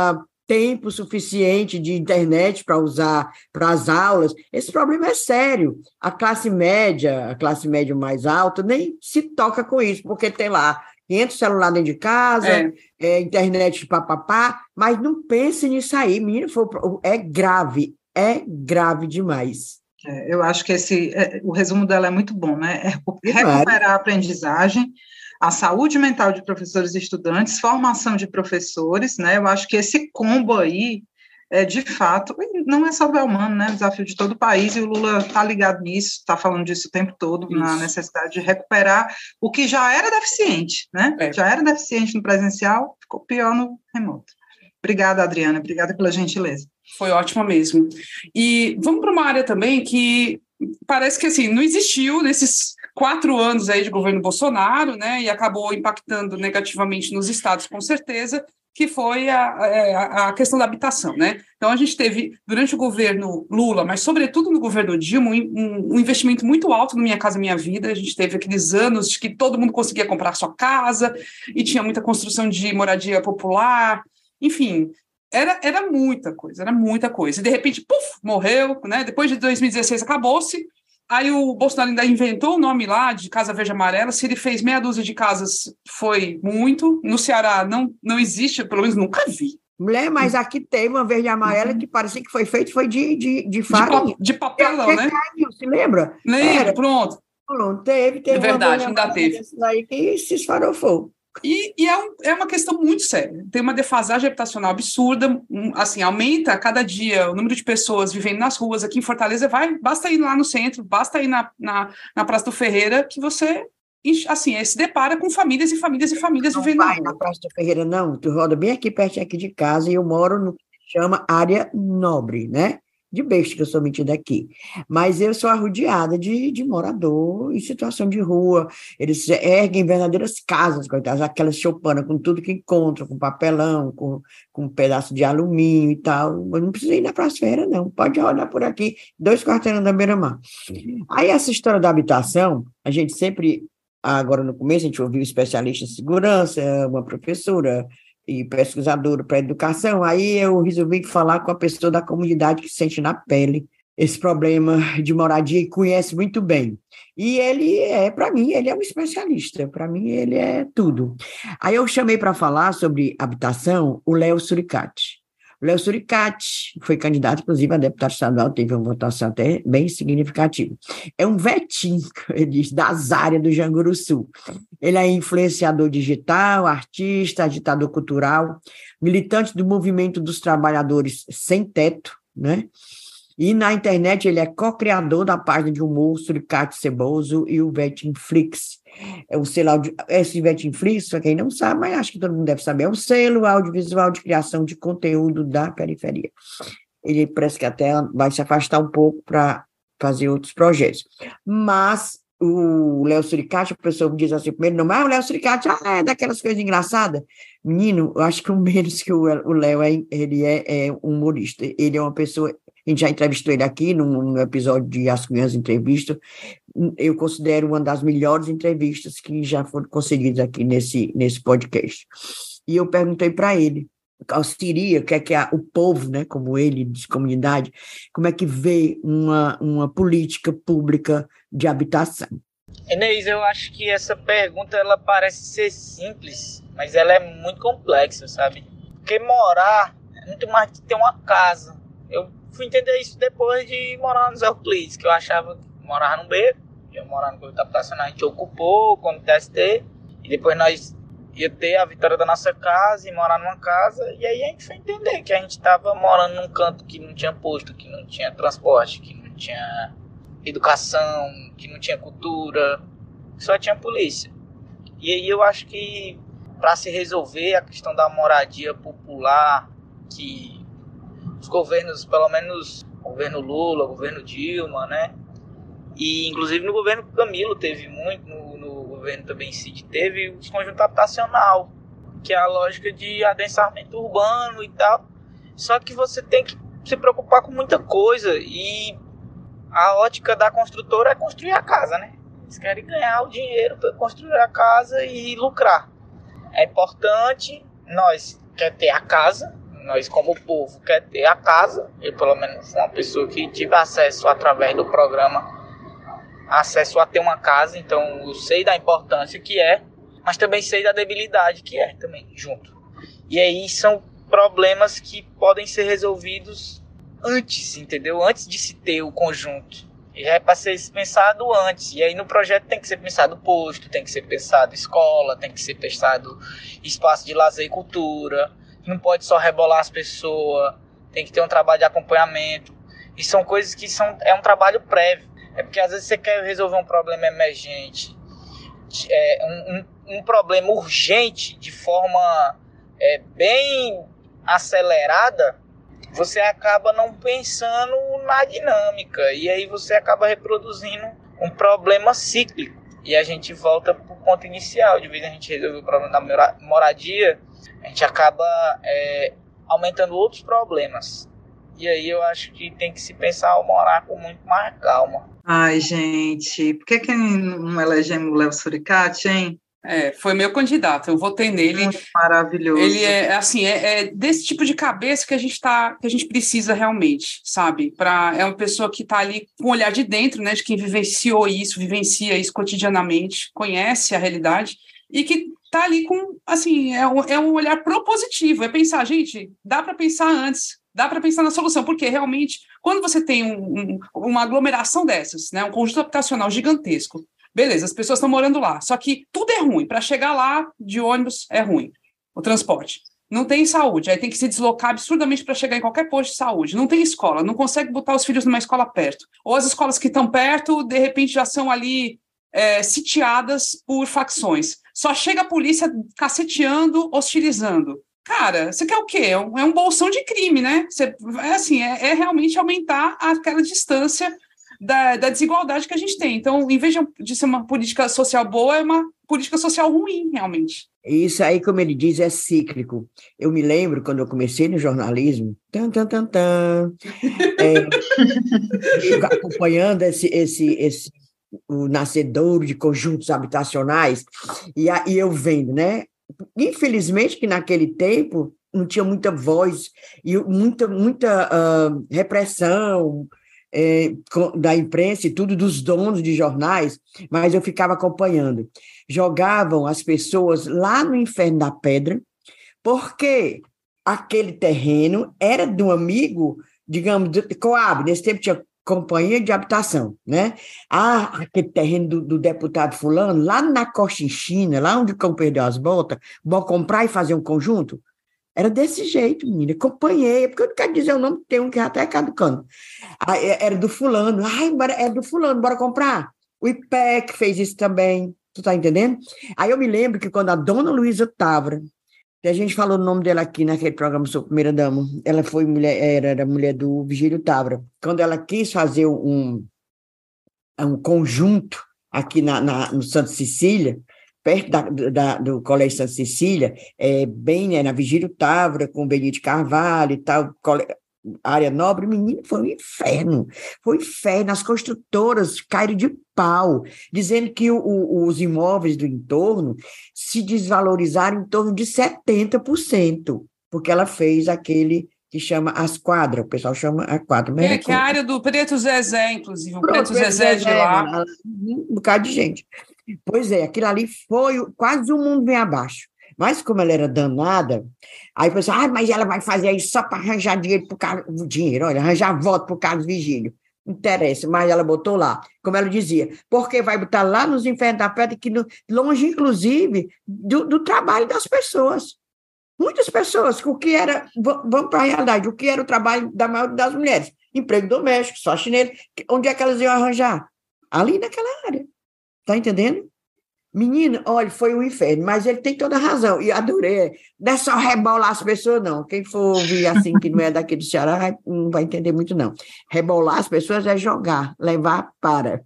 tempo suficiente de internet para usar para as aulas. Esse problema é sério. A classe média, a classe média mais alta, nem se toca com isso, porque tem lá quinhentos celulares dentro de casa, é. É, internet papapá, mas não pense nisso aí, menino, foi, é grave, é grave demais. É, eu acho que esse, é, o resumo dela é muito bom, né? É recuperar a aprendizagem, a saúde mental de professores e estudantes, formação de professores, né? Eu acho que esse combo aí, é, de fato, não é só Belmano, né? É um desafio de todo o país, e o Lula está ligado nisso, está falando disso o tempo todo, isso. Na necessidade de recuperar o que já era deficiente, né? É. Já era deficiente no presencial, ficou pior no remoto. Obrigada, Adriana, obrigada pela gentileza. Foi ótima mesmo. E vamos para uma área também que parece que assim, não existiu nesses quatro anos aí de governo Bolsonaro, né? E acabou impactando negativamente nos estados, com certeza, que foi a, a, a questão da habitação, né? Então, a gente teve, durante o governo Lula, mas sobretudo no governo Dilma, um, um investimento muito alto no Minha Casa Minha Vida. A gente teve aqueles anos de que todo mundo conseguia comprar sua casa e tinha muita construção de moradia popular, enfim, era, era muita coisa, era muita coisa. E, de repente, puf, morreu, né? Depois de dois mil e dezesseis, acabou-se. Aí o Bolsonaro ainda inventou o nome lá de Casa Verde Amarela. Se ele fez meia dúzia de casas, foi muito. No Ceará não, não existe, pelo menos nunca vi. Mulher, mas aqui tem uma verde amarela uhum. que parecia que foi feito, foi de, de, de farinha. De, pa, de papelão, é, né? Caiu, se lembra? Lembra, pronto. Pronto, teve, teve. É verdade, ainda teve. Aí que se esfarofou. E, e é, um, é uma questão muito séria. Tem uma defasagem habitacional absurda, um, assim, aumenta a cada dia o número de pessoas vivendo nas ruas. Aqui em Fortaleza, vai, basta ir lá no centro, basta ir na, na, na Praça do Ferreira, que você, assim, se depara com famílias e famílias e famílias não vivendo vai na Praça do Ferreira, não. Tu roda bem aqui perto aqui de casa e eu moro no que se chama área nobre, né? De besta que eu sou metida aqui. Mas eu sou arrodeada de, de morador em situação de rua. Eles erguem verdadeiras casas, coitadas, aquelas choupanas com tudo que encontram, com papelão, com, com um pedaço de alumínio e tal. Mas não precisa ir na Praça Ferreira, não. Pode rodar por aqui, dois quarteirões da beira-mar. Aí essa história da habitação, a gente sempre, agora no começo, a gente ouviu especialista em segurança, uma professora e pesquisadora para a educação, aí eu resolvi falar com a pessoa da comunidade que sente na pele esse problema de moradia e conhece muito bem. E ele é, para mim, ele é um especialista, para mim ele é tudo. Aí eu chamei para falar sobre habitação o Léo Suricati. O Léo Suricati foi candidato, inclusive, a deputado estadual, teve uma votação até bem significativa. É um vetinho, ele diz, das áreas do Janguruçu. Ele é influenciador digital, artista, agitador cultural, militante do movimento dos trabalhadores sem teto, né? E na internet ele é co-criador da página de humor Suricati Ceboso e o Vetinflix. É o selo audio... Esse Vetinflix, para quem não sabe, mas acho que todo mundo deve saber, é um selo audiovisual de criação de conteúdo da periferia. Ele parece que até vai se afastar um pouco para fazer outros projetos. Mas o Léo Suricati, a pessoa me diz assim, primeiro não, mas o Léo Suricati ah, é daquelas coisas engraçadas. Menino, eu acho que o menos que o Léo é, ele é, é humorista. Ele é uma pessoa... A gente já entrevistou ele aqui num episódio de As Cunhas Entrevista. Eu considero uma das melhores entrevistas que já foram concedidas aqui nesse, nesse podcast. E eu perguntei para ele, qual seria, o que é que a, o povo, né, como ele, de comunidade, como é que vê uma, uma política pública de habitação. Inês, eu acho que essa pergunta ela parece ser simples, mas ela é muito complexa, sabe? Porque morar é muito mais que ter uma casa. Eu fui entender isso depois de morar nos Euclides, que eu achava que morava no beco, eu morava no Conjunto Habitacional, a gente ocupou quando T S T, e depois nós ia ter a vitória da nossa casa e morar numa casa, e aí a gente foi entender que a gente estava morando num canto que não tinha posto, que não tinha transporte, que não tinha educação, que não tinha cultura, que só tinha polícia. E aí eu acho que para se resolver a questão da moradia popular, que os governos, pelo menos o governo Lula, o governo Dilma, né? E inclusive no governo Camilo teve muito, no, no governo também Cid teve o desconjunto habitacional, que é a lógica de adensamento urbano e tal. Só que você tem que se preocupar com muita coisa e a ótica da construtora é construir a casa, né? Eles querem ganhar o dinheiro para construir a casa e lucrar. É importante, nós quer ter a casa, nós como povo quer ter a casa. Eu, pelo menos, fui uma pessoa que tive acesso através do programa, acesso a ter uma casa, então eu sei da importância que é, mas também sei da debilidade que é também, junto. E aí são problemas que podem ser resolvidos antes, entendeu? Antes de se ter o conjunto. E é para ser pensado antes. E aí no projeto tem que ser pensado posto, tem que ser pensado escola, tem que ser pensado espaço de lazer e cultura. Não pode só rebolar as pessoas, tem que ter um trabalho de acompanhamento. E são coisas que são, é um trabalho prévio. É porque às vezes você quer resolver um problema emergente, é, um, um, um problema urgente de forma é, bem acelerada, você acaba não pensando na dinâmica, e aí você acaba reproduzindo um problema cíclico, e a gente volta para o ponto inicial. De vez a gente resolver o problema da moradia, a gente acaba é, aumentando outros problemas, e aí eu acho que tem que se pensar ao morar com muito mais calma. Ai, gente, por que que não elegemos o Léo Suricati, hein? É, foi meu candidato, eu votei nele. Muito maravilhoso. Ele é, assim, é, é desse tipo de cabeça que a gente tá, que a gente precisa realmente, sabe? Pra, é uma pessoa que está ali com o olhar de dentro, né, de quem vivenciou isso, vivencia isso cotidianamente, conhece a realidade, e que está ali com, assim, é um, é um olhar propositivo, é pensar, gente, dá para pensar antes, dá para pensar na solução, porque realmente, quando você tem um, um, uma aglomeração dessas, né, um conjunto habitacional gigantesco, beleza, as pessoas estão morando lá, só que tudo é ruim. Para chegar lá de ônibus é ruim, o transporte. Não tem saúde, aí tem que se deslocar absurdamente para chegar em qualquer posto de saúde. Não tem escola, não consegue botar os filhos numa escola perto. Ou as escolas que estão perto, de repente, já são ali é, sitiadas por facções. Só chega a polícia caceteando, hostilizando. Cara, você quer o quê? É um, é um bolsão de crime, né? Você, é assim, é, é realmente aumentar aquela distância Da, da desigualdade que a gente tem. Então, em vez de ser uma política social boa, é uma política social ruim, realmente. Isso aí, como ele diz, é cíclico. Eu me lembro, quando eu comecei no jornalismo, tan, tan, tan, tan, é, acompanhando esse, esse, esse, o nascedouro de conjuntos habitacionais, e aí eu vendo, né? Infelizmente que naquele tempo não tinha muita voz, e muita, muita uh, repressão, É, da imprensa e tudo, dos donos de jornais, mas eu ficava acompanhando. Jogavam as pessoas lá no Inferno da Pedra, porque aquele terreno era de um amigo, digamos, de Coab, nesse tempo tinha companhia de habitação, né? Ah, aquele terreno do, do deputado fulano, lá na Cochinchina, lá onde o cão perdeu as botas, vou comprar e fazer um conjunto. Era desse jeito, menina. Acompanhei, porque eu não quero dizer o nome, tem um que até é caducando. Era do fulano. Ai, é do fulano, bora comprar. O I P E C fez isso também, tu tá entendendo? Aí eu me lembro que quando a dona Luísa Távora, que a gente falou o nome dela aqui naquele programa Sou Primeira Dama, ela foi mulher, era, era mulher do Vigílio Távora. Quando ela quis fazer um, um conjunto aqui na, na, no Santa Cecília, perto da, da, do Colégio Santa Cecília, é, bem né, na Vigílio Távora, com o Benito Carvalho e tal, cole... área nobre, menino, foi um inferno, foi um inferno, as construtoras caíram de pau, dizendo que o, o, os imóveis do entorno se desvalorizaram em torno de setenta por cento, porque ela fez aquele que chama as quadras, o pessoal chama a quadra. É, que é a área do Preto Zezé, inclusive, o Preto Zezé de lá. Um bocado de gente. Pois é, aquilo ali foi, quase o mundo vem abaixo. Mas como ela era danada, aí o pessoal, ah, mas ela vai fazer isso só para arranjar dinheiro para o Carlos, dinheiro, olha, arranjar voto para o Carlos Vigílio. Não interessa, mas ela botou lá, como ela dizia, porque vai botar lá nos Infernos da Pedra, que no, longe, inclusive, do, do trabalho das pessoas. Muitas pessoas, o que era, vamos para a realidade, o que era o trabalho da maioria das mulheres? Emprego doméstico, só chinelo, onde é que elas iam arranjar? Ali naquela área. Está entendendo? Menina, olha, foi um inferno, mas ele tem toda a razão, e adorei. Não é só rebolar as pessoas, não. Quem for ouvir assim, que não é daqui do Ceará, não vai entender muito, não. Rebolar as pessoas é jogar, levar para.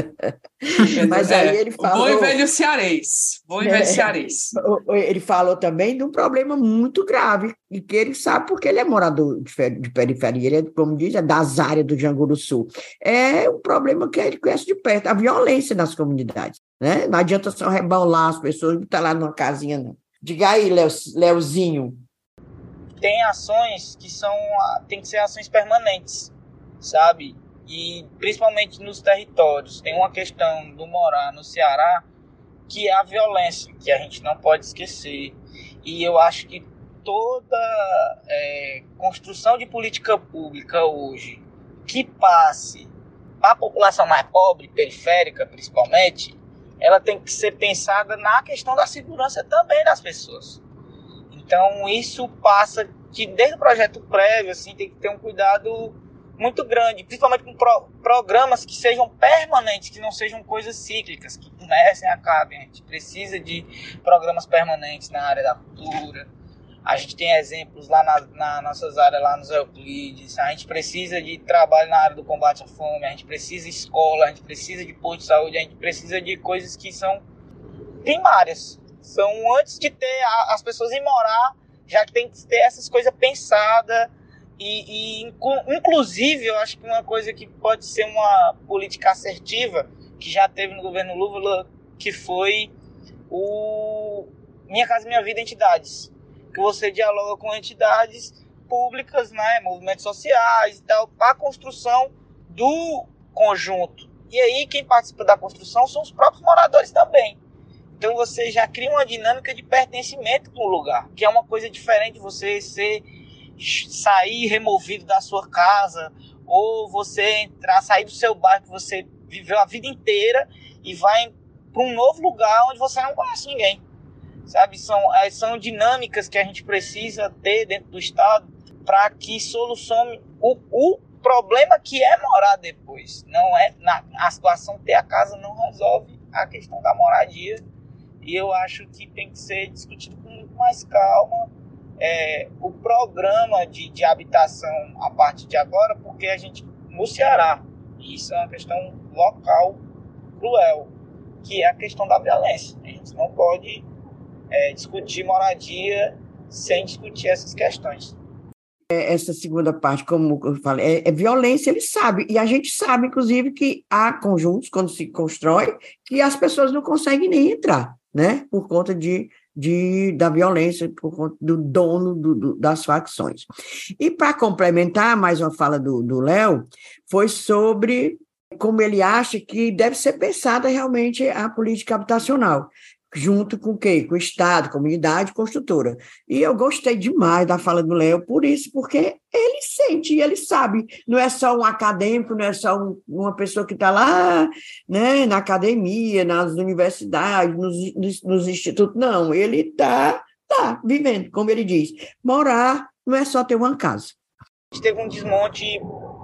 Mas aí é, ele falou... Bom e velho cearês. Bom e velho é, cearês. Ele falou também de um problema muito grave, e que ele sabe porque ele é morador de periferia, ele é, como diz, é das áreas do Janguru Sul. É um problema que ele conhece de perto, a violência nas comunidades. Né? Não adianta só rebolar as pessoas e estar lá numa casinha, não. Diga aí, Leo, Leozinho. tem ações que são, tem que ser ações permanentes, sabe? E principalmente nos territórios. Tem uma questão do morar no Ceará, que é a violência, que a gente não pode esquecer. E eu acho que toda é, construção de política pública hoje que passe para a população mais pobre, periférica principalmente, ela tem que ser pensada na questão da segurança também das pessoas. Então isso passa que desde o projeto prévio assim, tem que ter um cuidado muito grande, principalmente com pro, programas que sejam permanentes, que não sejam coisas cíclicas, que comecem e acabem. A gente precisa de programas permanentes na área da cultura. A gente tem exemplos lá nas na nossas áreas, lá nos Euclides. A gente precisa de trabalho na área do combate à fome, a gente precisa de escola, a gente precisa de posto de saúde, a gente precisa de coisas que são primárias. São antes de ter a, as pessoas ir morar, já que tem que ter essas coisas pensadas. E, e inclusive eu acho que uma coisa que pode ser uma política assertiva que já teve no governo Lula, que foi o Minha Casa Minha Vida Entidades, que você dialoga com entidades públicas, né, movimentos sociais e tal, para a construção do conjunto. E aí quem participa da construção são os próprios moradores também. Então você já cria uma dinâmica de pertencimento com o lugar, que é uma coisa diferente de você ser sair removido da sua casa, ou você entrar, sair do seu bairro que você viveu a vida inteira e vai para um novo lugar onde você não conhece ninguém, sabe? São, são dinâmicas que a gente precisa ter dentro do Estado para que solucione o, o problema que é morar depois. Não é na, a situação ter a casa não resolve a questão da moradia, e eu acho que tem que ser discutido com muito mais calma. É, o programa de, de habitação a partir de agora, porque a gente, no Ceará, isso é uma questão local cruel, que é a questão da violência. A gente não pode é, discutir moradia sem discutir essas questões. Essa segunda parte, como eu falei, é, é violência, ele sabe, e a gente sabe, inclusive, que há conjuntos, quando se constrói, que as pessoas não conseguem nem entrar, né, por conta de De, da violência, por conta do dono do, do, das facções. E, para complementar, mais uma fala do Léo, foi sobre como ele acha que deve ser pensada realmente a política habitacional, junto com o quê? Com o Estado, comunidade, construtora. E eu gostei demais da fala do Léo por isso, porque ele sente e ele sabe, não é só um acadêmico, não é só um, uma pessoa que está lá, né, na academia, nas universidades, nos, nos, nos institutos, não, ele está tá, vivendo, como ele diz, morar não é só ter uma casa. A gente teve um desmonte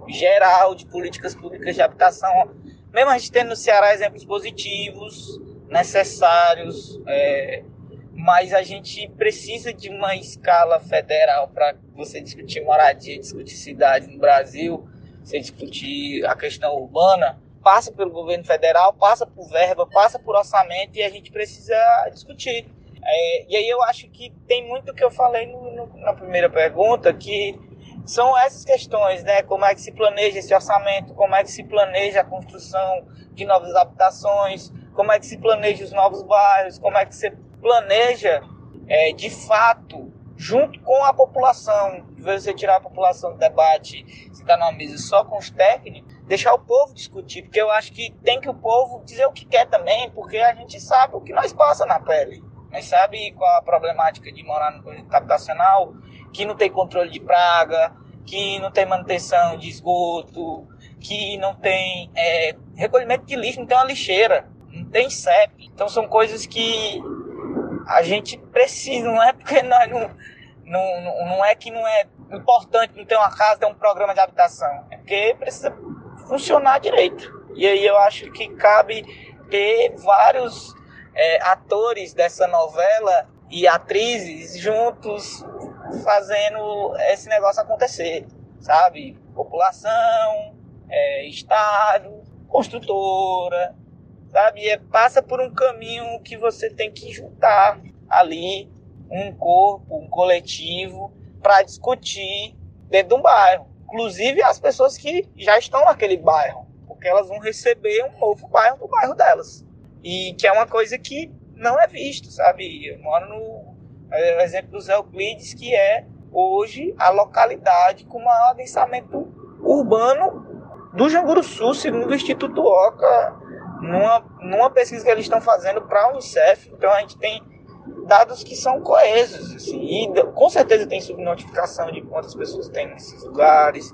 geral de políticas públicas de habitação, mesmo a gente tendo no Ceará exemplos positivos, necessários, é, mas a gente precisa de uma escala federal para você discutir moradia, discutir cidade no Brasil, você discutir a questão urbana, passa pelo governo federal, passa por verba, passa por orçamento, e a gente precisa discutir. É, e aí eu acho que tem muito que eu falei no, no, na primeira pergunta, que são essas questões, né? Como é que se planeja esse orçamento, como é que se planeja a construção de novas habitações, como é que se planeja os novos bairros, como é que se planeja, é, de fato, junto com a população, de vez você tirar a população do debate, sentar numa mesa só com os técnicos, deixar o povo discutir, porque eu acho que tem que o povo dizer o que quer também, porque a gente sabe o que nós passa na pele. Nós sabemos qual a problemática de morar no projeto habitacional, que não tem controle de praga, que não tem manutenção de esgoto, que não tem é, recolhimento de lixo, não tem uma lixeira, não tem C E P. Então são coisas que a gente precisa, não é porque nós não, não, não é que não é importante não ter uma casa, ter um programa de habitação, é porque precisa funcionar direito. E aí eu acho que cabe ter vários é, atores dessa novela e atrizes juntos fazendo esse negócio acontecer, sabe? População, é, Estado, construtora, sabe? E passa por um caminho que você tem que juntar ali um corpo, um coletivo para discutir dentro de um bairro. Inclusive as pessoas que já estão naquele bairro, porque elas vão receber um novo bairro no bairro delas. E que é uma coisa que não é visto, sabe? Eu moro no é, exemplo dos Euclides, que é hoje a localidade com maior adensamento urbano do Janguruçu, segundo o Instituto Oca, numa, numa pesquisa que eles estão fazendo para a Unicef. Então a gente tem dados que são coesos, assim, e com certeza tem subnotificação de quantas pessoas tem nesses lugares,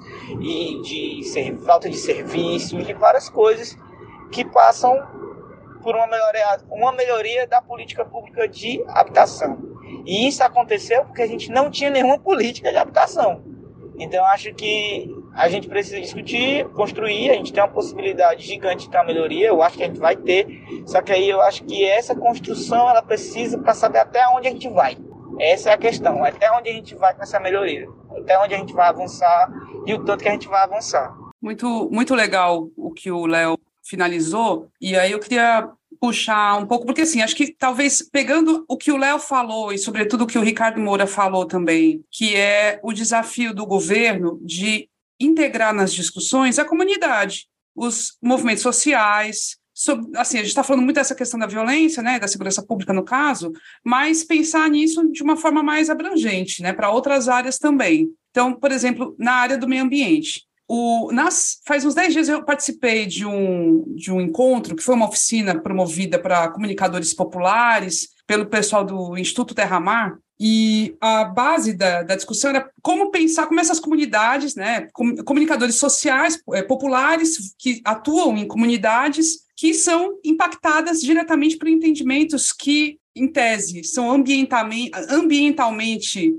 e de ser, falta de serviços, de várias coisas que passam por uma melhoria, uma melhoria da política pública de habitação. E isso aconteceu porque a gente não tinha nenhuma política de habitação. Então, acho que a gente precisa discutir, construir, a gente tem uma possibilidade gigante de ter uma melhoria, eu acho que a gente vai ter, só que aí eu acho que essa construção, ela precisa para saber até onde a gente vai. Essa é a questão, até onde a gente vai com essa melhoria, até onde a gente vai avançar e o tanto que a gente vai avançar. Muito, muito legal o que o Léo finalizou, e aí eu queria puxar um pouco, porque assim, acho que talvez pegando o que o Léo falou e sobretudo o que o Ricardo Moura falou também, que é o desafio do governo de integrar nas discussões a comunidade, os movimentos sociais, sobre, assim, a gente está falando muito dessa questão da violência, né, da segurança pública no caso, mas pensar nisso de uma forma mais abrangente, né, para outras áreas também. Então, por exemplo, na área do meio ambiente, O, nas, faz uns dez dias eu participei de um, de um encontro, que foi uma oficina promovida para comunicadores populares, pelo pessoal do Instituto Terra Mar, e a base da, da discussão era como pensar, como essas comunidades, né, comunicadores sociais, é, populares, que atuam em comunidades que são impactadas diretamente por entendimentos que, em tese, são ambientalmente, ambientalmente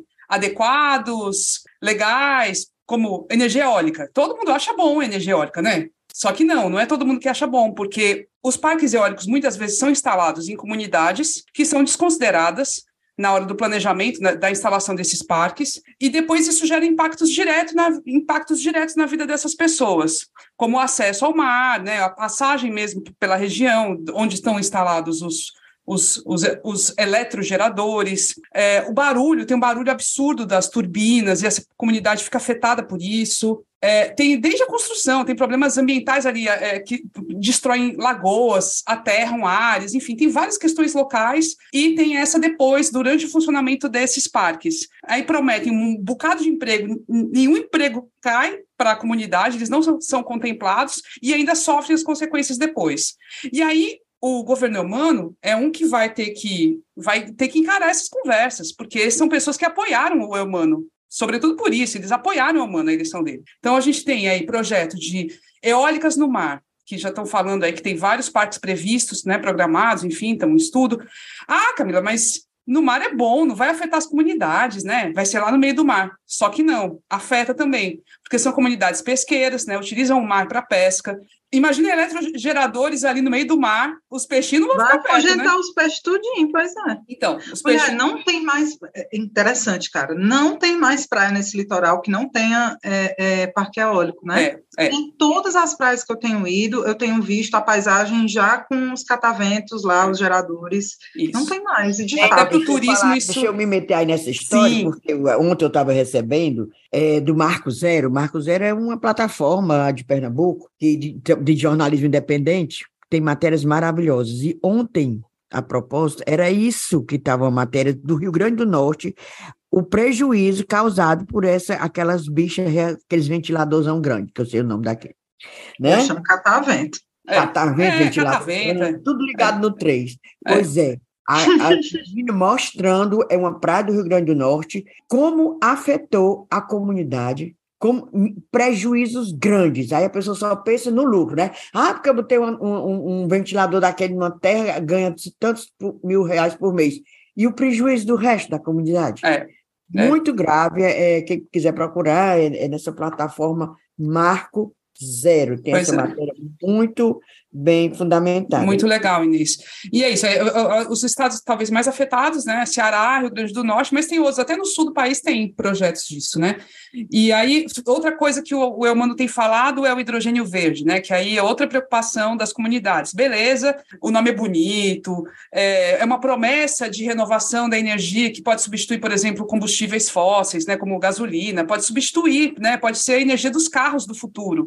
adequados, legais, como energia eólica. Todo mundo acha bom a energia eólica, né? Só que não, não é todo mundo que acha bom, porque os parques eólicos muitas vezes são instalados em comunidades que são desconsideradas na hora do planejamento, na, da instalação desses parques, e depois isso gera impactos, direto na, impactos diretos na vida dessas pessoas, como o acesso ao mar, né, a passagem mesmo pela região onde estão instalados os Os, os, os eletrogeradores, é, o barulho, tem um barulho absurdo das turbinas, e essa comunidade fica afetada por isso. É, tem desde a construção, tem problemas ambientais ali é, que destroem lagoas, aterram áreas, enfim, tem várias questões locais, e tem essa depois, durante o funcionamento desses parques. Aí prometem um bocado de emprego, nenhum emprego cai para a comunidade, eles não são, são contemplados, e ainda sofrem as consequências depois. E aí, o governo Eumano é um que vai ter que, vai ter que encarar essas conversas, porque são pessoas que apoiaram o Eumano, sobretudo por isso, eles apoiaram o Eumano na eleição dele. Então, a gente tem aí projeto de eólicas no mar, que já estão falando aí que tem vários parques previstos, né, programados, enfim, então um estudo. Ah, Camila, mas no mar é bom, não vai afetar as comunidades, né? Vai ser lá no meio do mar. Só que não, afeta também, porque são comunidades pesqueiras, né? Utilizam o mar para pesca. Imagina eletrogeradores ali no meio do mar, os peixinhos não vão vai ficar perto, né? Vai afugentar os peixes tudinho, pois é. Então, os Mulher, peixinhos... não tem mais... Interessante, cara. Não tem mais praia nesse litoral que não tenha é, é, parque eólico, né? É, é. Em todas as praias que eu tenho ido, eu tenho visto a paisagem já com os cataventos lá, os geradores. Isso. Não tem mais, e de é, fato. Até para o turismo falar, isso... Deixa eu me meter aí nessa história, Sim. porque ontem eu estava recebendo é, do Marco Zero. O Marco Zero é uma plataforma de Pernambuco que, de, de jornalismo independente, tem matérias maravilhosas. E ontem, a propósito, era isso que estava a matéria do Rio Grande do Norte, o prejuízo causado por essa, aquelas bichas, aqueles ventiladorzão grande, que eu sei o nome daquele. Né? Chama catavento. Catavento, é, ventilador, catavento, tudo ligado é. no três. Pois é. é. A, a, mostrando, é uma praia do Rio Grande do Norte, como afetou a comunidade, com prejuízos grandes. Aí a pessoa só pensa no lucro, né? Ah, porque eu botei um, um, um ventilador daquele numa terra, ganha tantos mil reais por mês. E o prejuízo do resto da comunidade? É, é. Muito grave. É, quem quiser procurar, é, é nessa plataforma Marco Zero. Tem pois essa é. matéria muito bem fundamentada. Muito legal, Inês. E é isso, é, os estados talvez mais afetados, né? Ceará, Rio Grande do Norte, mas tem outros, até no sul do país tem projetos disso, né? E aí, outra coisa que o, o Eumano tem falado é o hidrogênio verde, né? Que aí é outra preocupação das comunidades. Beleza, o nome é bonito, é, é uma promessa de renovação da energia que pode substituir, por exemplo, combustíveis fósseis, né? Como gasolina, pode substituir, né? Pode ser a energia dos carros do futuro.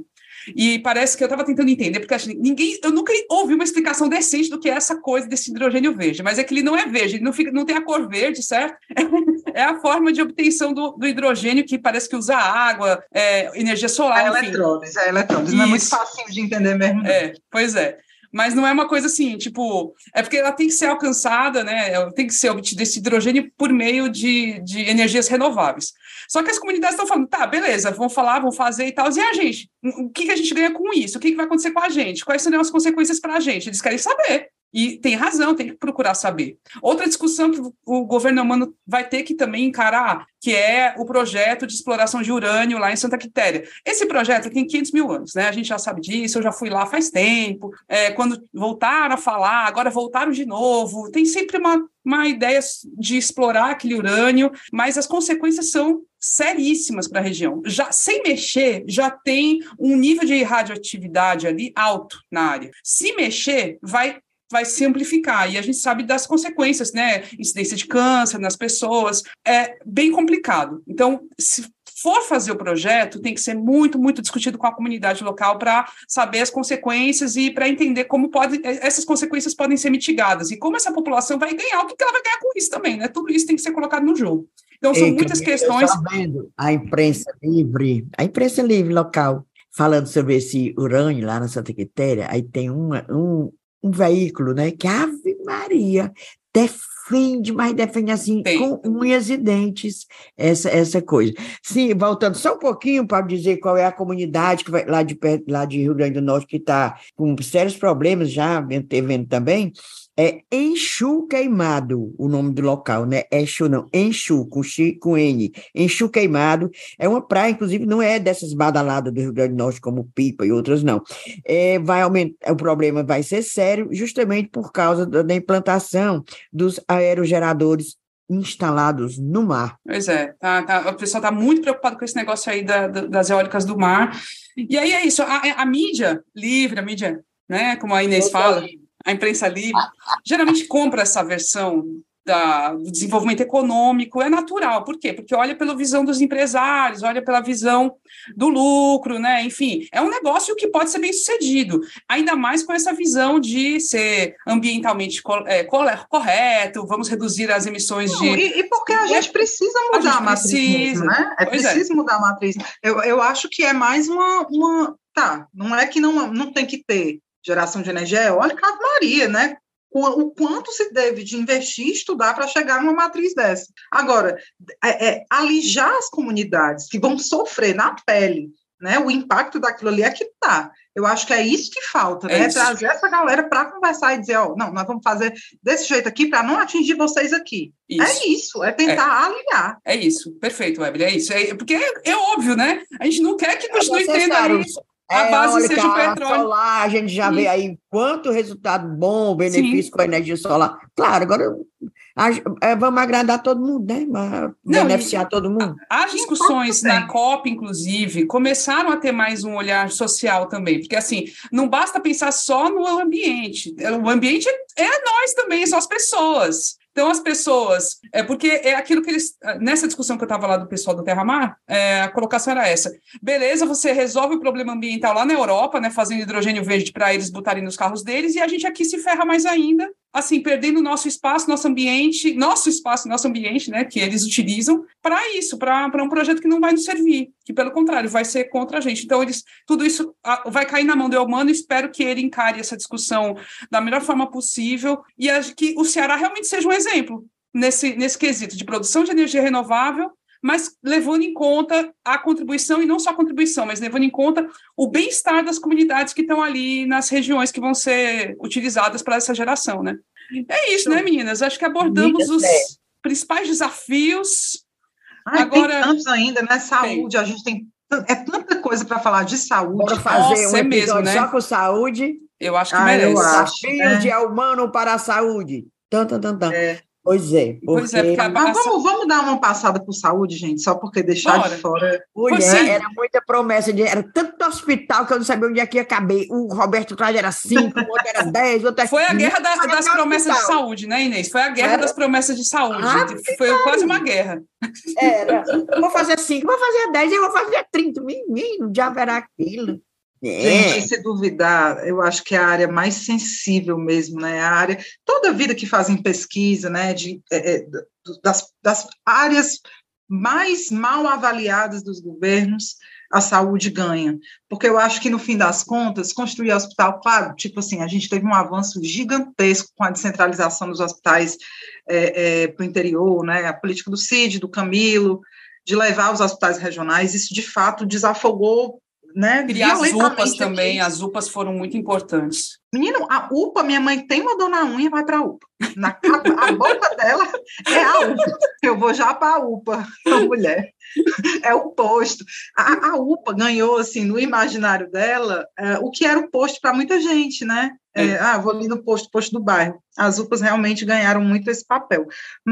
E parece que eu estava tentando entender, porque assim, ninguém, eu nunca ouvi uma explicação decente do que é essa coisa desse hidrogênio verde, mas é que ele não é verde, ele não, fica, não tem a cor verde, certo? É a forma de obtenção do, do hidrogênio que parece que usa água, é, energia solar, é enfim. Eletrodes, é eletrodes, não é muito fácil de entender mesmo. É, pois é. Mas não é uma coisa assim, tipo... É porque ela tem que ser alcançada, né? Tem que ser obtido esse hidrogênio por meio de, de energias renováveis. Só que as comunidades estão falando, tá, beleza, vão falar, vão fazer e tal. E a gente? O que, que a gente ganha com isso? O que, que vai acontecer com a gente? Quais serão as consequências para a gente? Eles querem saber. E tem razão, tem que procurar saber. Outra discussão que o governo humano vai ter que também encarar, que é o projeto de exploração de urânio lá em Santa Quitéria. Esse projeto tem quinhentos mil anos, né? A gente já sabe disso, eu já fui lá faz tempo. É, quando voltaram a falar, agora voltaram de novo. Tem sempre uma, uma ideia de explorar aquele urânio, mas as consequências são seríssimas para a região. Já, sem mexer, já tem um nível de radioatividade ali alto na área. Se mexer, vai... vai se amplificar, e a gente sabe das consequências, né, incidência de câncer nas pessoas, é bem complicado. Então, se for fazer o projeto, tem que ser muito, muito discutido com a comunidade local para saber as consequências e para entender como pode, essas consequências podem ser mitigadas, e como essa população vai ganhar, o que ela vai ganhar com isso também, né, tudo isso tem que ser colocado no jogo. Então, são Ei, muitas Camila, questões... eu tô vendo a imprensa livre, a imprensa livre local, falando sobre esse urânio lá na Santa Quitéria, aí tem uma, um um veículo, né, que Ave Maria defende, mas defende assim, Sim. com unhas e dentes, essa, essa coisa. Sim, voltando só um pouquinho para dizer qual é a comunidade que vai, lá, de, lá de Rio Grande do Norte, que está com sérios problemas, já vendo também, é Enxu Queimado, o nome do local, né? Enxu não, Enxu, com X, com N. Enxu Queimado é uma praia, inclusive, não é dessas badaladas do Rio Grande do Norte, como Pipa e outras, não. É, vai aumentar, o problema vai ser sério, justamente por causa da, da implantação dos aerogeradores instalados no mar. Pois é, tá, tá, o pessoal está muito preocupado com esse negócio aí da, da, das eólicas do mar. E aí é isso, a, a mídia livre, a mídia, né, como a Inês fala, a imprensa livre, geralmente compra essa versão da, do desenvolvimento econômico, é natural. Por quê? Porque olha pela visão dos empresários, olha pela visão do lucro, né? Enfim, é um negócio que pode ser bem sucedido, ainda mais com essa visão de ser ambientalmente co- é, correto, vamos reduzir as emissões de... Não, e, e porque a gente precisa mudar a, gente a matriz, precisa. Né? É pois preciso é. mudar a matriz. Eu, eu acho que é mais uma, uma... Tá, não é que não, não tem que ter geração de energia eólica, Ave Maria, né? O, o quanto se deve de investir e estudar para chegar numa matriz dessa. Agora, é, é, alijar as comunidades que vão sofrer na pele, né? O impacto daquilo ali é que tá. Eu acho que é isso que falta, né? É trazer essa galera para conversar e dizer, ó, oh, não, nós vamos fazer desse jeito aqui para não atingir vocês aqui. Isso. É isso, é tentar é. alinhar. É isso, perfeito, Weber, é isso. É, porque é, é óbvio, né? A gente não quer que continue é tendo aí... A base é, seja o petróleo. Solar, a gente já Sim. vê aí quanto resultado bom, benefício Sim. com a energia solar. Claro, agora a, a, vamos agradar todo mundo, né? Não, beneficiar todo mundo. As discussões na COP, inclusive, começaram a ter mais um olhar social também, porque assim, não basta pensar só no ambiente. O ambiente é, é nós também, são as pessoas. Então, as pessoas... É porque é aquilo que eles... Nessa discussão que eu estava lá do pessoal do Terra Mar, é, a colocação era essa. Beleza, você resolve o problema ambiental lá na Europa, né, fazendo hidrogênio verde para eles botarem nos carros deles, e a gente aqui se ferra mais ainda, assim, perdendo nosso espaço, nosso ambiente, nosso espaço, nosso ambiente, né, que eles utilizam, para isso, para um projeto que não vai nos servir, que, pelo contrário, vai ser contra a gente. Então, eles, tudo isso a, vai cair na mão do humano, espero que ele encare essa discussão da melhor forma possível, e a, que o Ceará realmente seja um exemplo nesse, nesse quesito de produção de energia renovável, mas levando em conta a contribuição, e não só a contribuição, mas levando em conta o bem-estar das comunidades que estão ali nas regiões que vão ser utilizadas para essa geração, né? É isso, né, meninas? Acho que abordamos os principais desafios. Ai, Agora, tem tantos ainda, né? Saúde, tem. A gente tem é tanta coisa para falar de saúde. Bora fazer Nossa, um episódio é mesmo, né? só com saúde. Eu acho que ah, merece. Desafios né? de humano para a saúde. Tan, tan, tan, tan. É. Pois é. Porque... Pois é porque Mas vamos, vamos dar uma passada por saúde, gente, só porque deixar Bora. de fora... Mulher, era muita promessa, de, era tanto hospital que eu não sabia onde é que ia caber. O Roberto Cláudio era cinco, o outro era dez, o outro era... Foi a guerra da, das promessas hospital. de saúde, né, Inês? Foi a guerra era... das promessas de saúde. Ah, Foi cara. quase uma guerra. Era. Vou fazer cinco, vou fazer dez, eu vou fazer trinta. Menino, já verá aquilo. É. Gente, se duvidar, eu acho que é a área mais sensível mesmo, né? A área, toda a vida que fazem pesquisa, né? De, é, das, das áreas mais mal avaliadas dos governos, a saúde ganha. Porque eu acho que, no fim das contas, construir hospital, claro, tipo assim, a gente teve um avanço gigantesco com a descentralização dos hospitais é, é, para o interior, né? A política do Cid, do Camilo, de levar os hospitais regionais, isso, de fato, desafogou, né, criar as U P As também, aqui. as U P As foram muito importantes. Menino, a U P A, minha mãe tem uma dor na unha, vai para a U P A. Na, a, a boca dela é a U P A. Eu vou já para a U P A, a mulher. É o posto. A, a U P A ganhou, assim, no imaginário dela, é, o que era o posto para muita gente, né? É, ah, vou ali no posto, posto do bairro. As U P As realmente ganharam muito esse papel.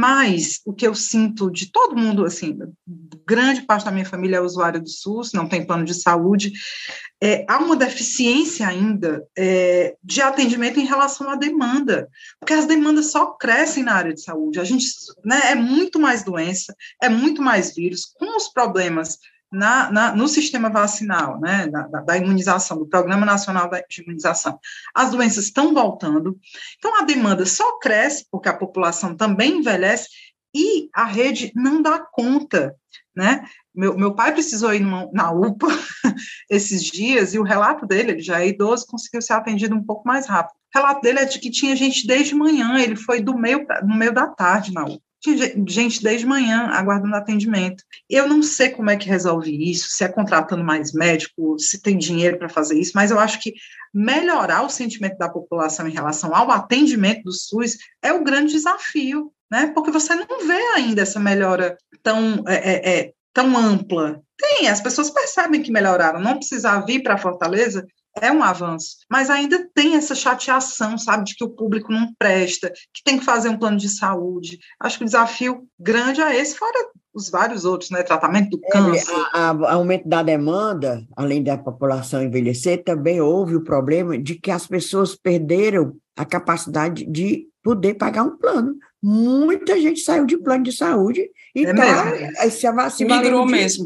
Mas o que eu sinto de todo mundo, assim, grande parte da minha família é usuária do SUS, não tem plano de saúde, é, há uma deficiência ainda é, de atendimento em relação à demanda, porque as demandas só crescem na área de saúde. A gente, né, é muito mais doença, é muito mais vírus, com os problemas Na, na, no sistema vacinal, né, da, da imunização, do Programa Nacional de Imunização, as doenças estão voltando, então a demanda só cresce, porque a população também envelhece, e a rede não dá conta, né, meu, meu pai precisou ir numa, na U P A esses dias, e o relato dele, ele já é idoso, conseguiu ser atendido um pouco mais rápido, o relato dele é de que tinha gente desde manhã, ele foi do meio, no meio da tarde na U P A, tinha gente desde manhã aguardando atendimento. Eu não sei como é que resolve isso, se é contratando mais médico, se tem dinheiro para fazer isso, mas eu acho que melhorar o sentimento da população em relação ao atendimento do SUS é o grande desafio, né? Porque você não vê ainda essa melhora tão, é, é, tão ampla. Tem, as pessoas percebem que melhoraram, não precisar vir para Fortaleza é um avanço, mas ainda tem essa chateação, sabe, de que o público não presta, que tem que fazer um plano de saúde. Acho que o desafio grande é esse, fora os vários outros, né, tratamento do câncer. O aumento da demanda, além da população envelhecer, também houve o problema de que as pessoas perderam a capacidade de poder pagar um plano. Muita gente saiu de plano de saúde e é tá, se, se migrou mesmo.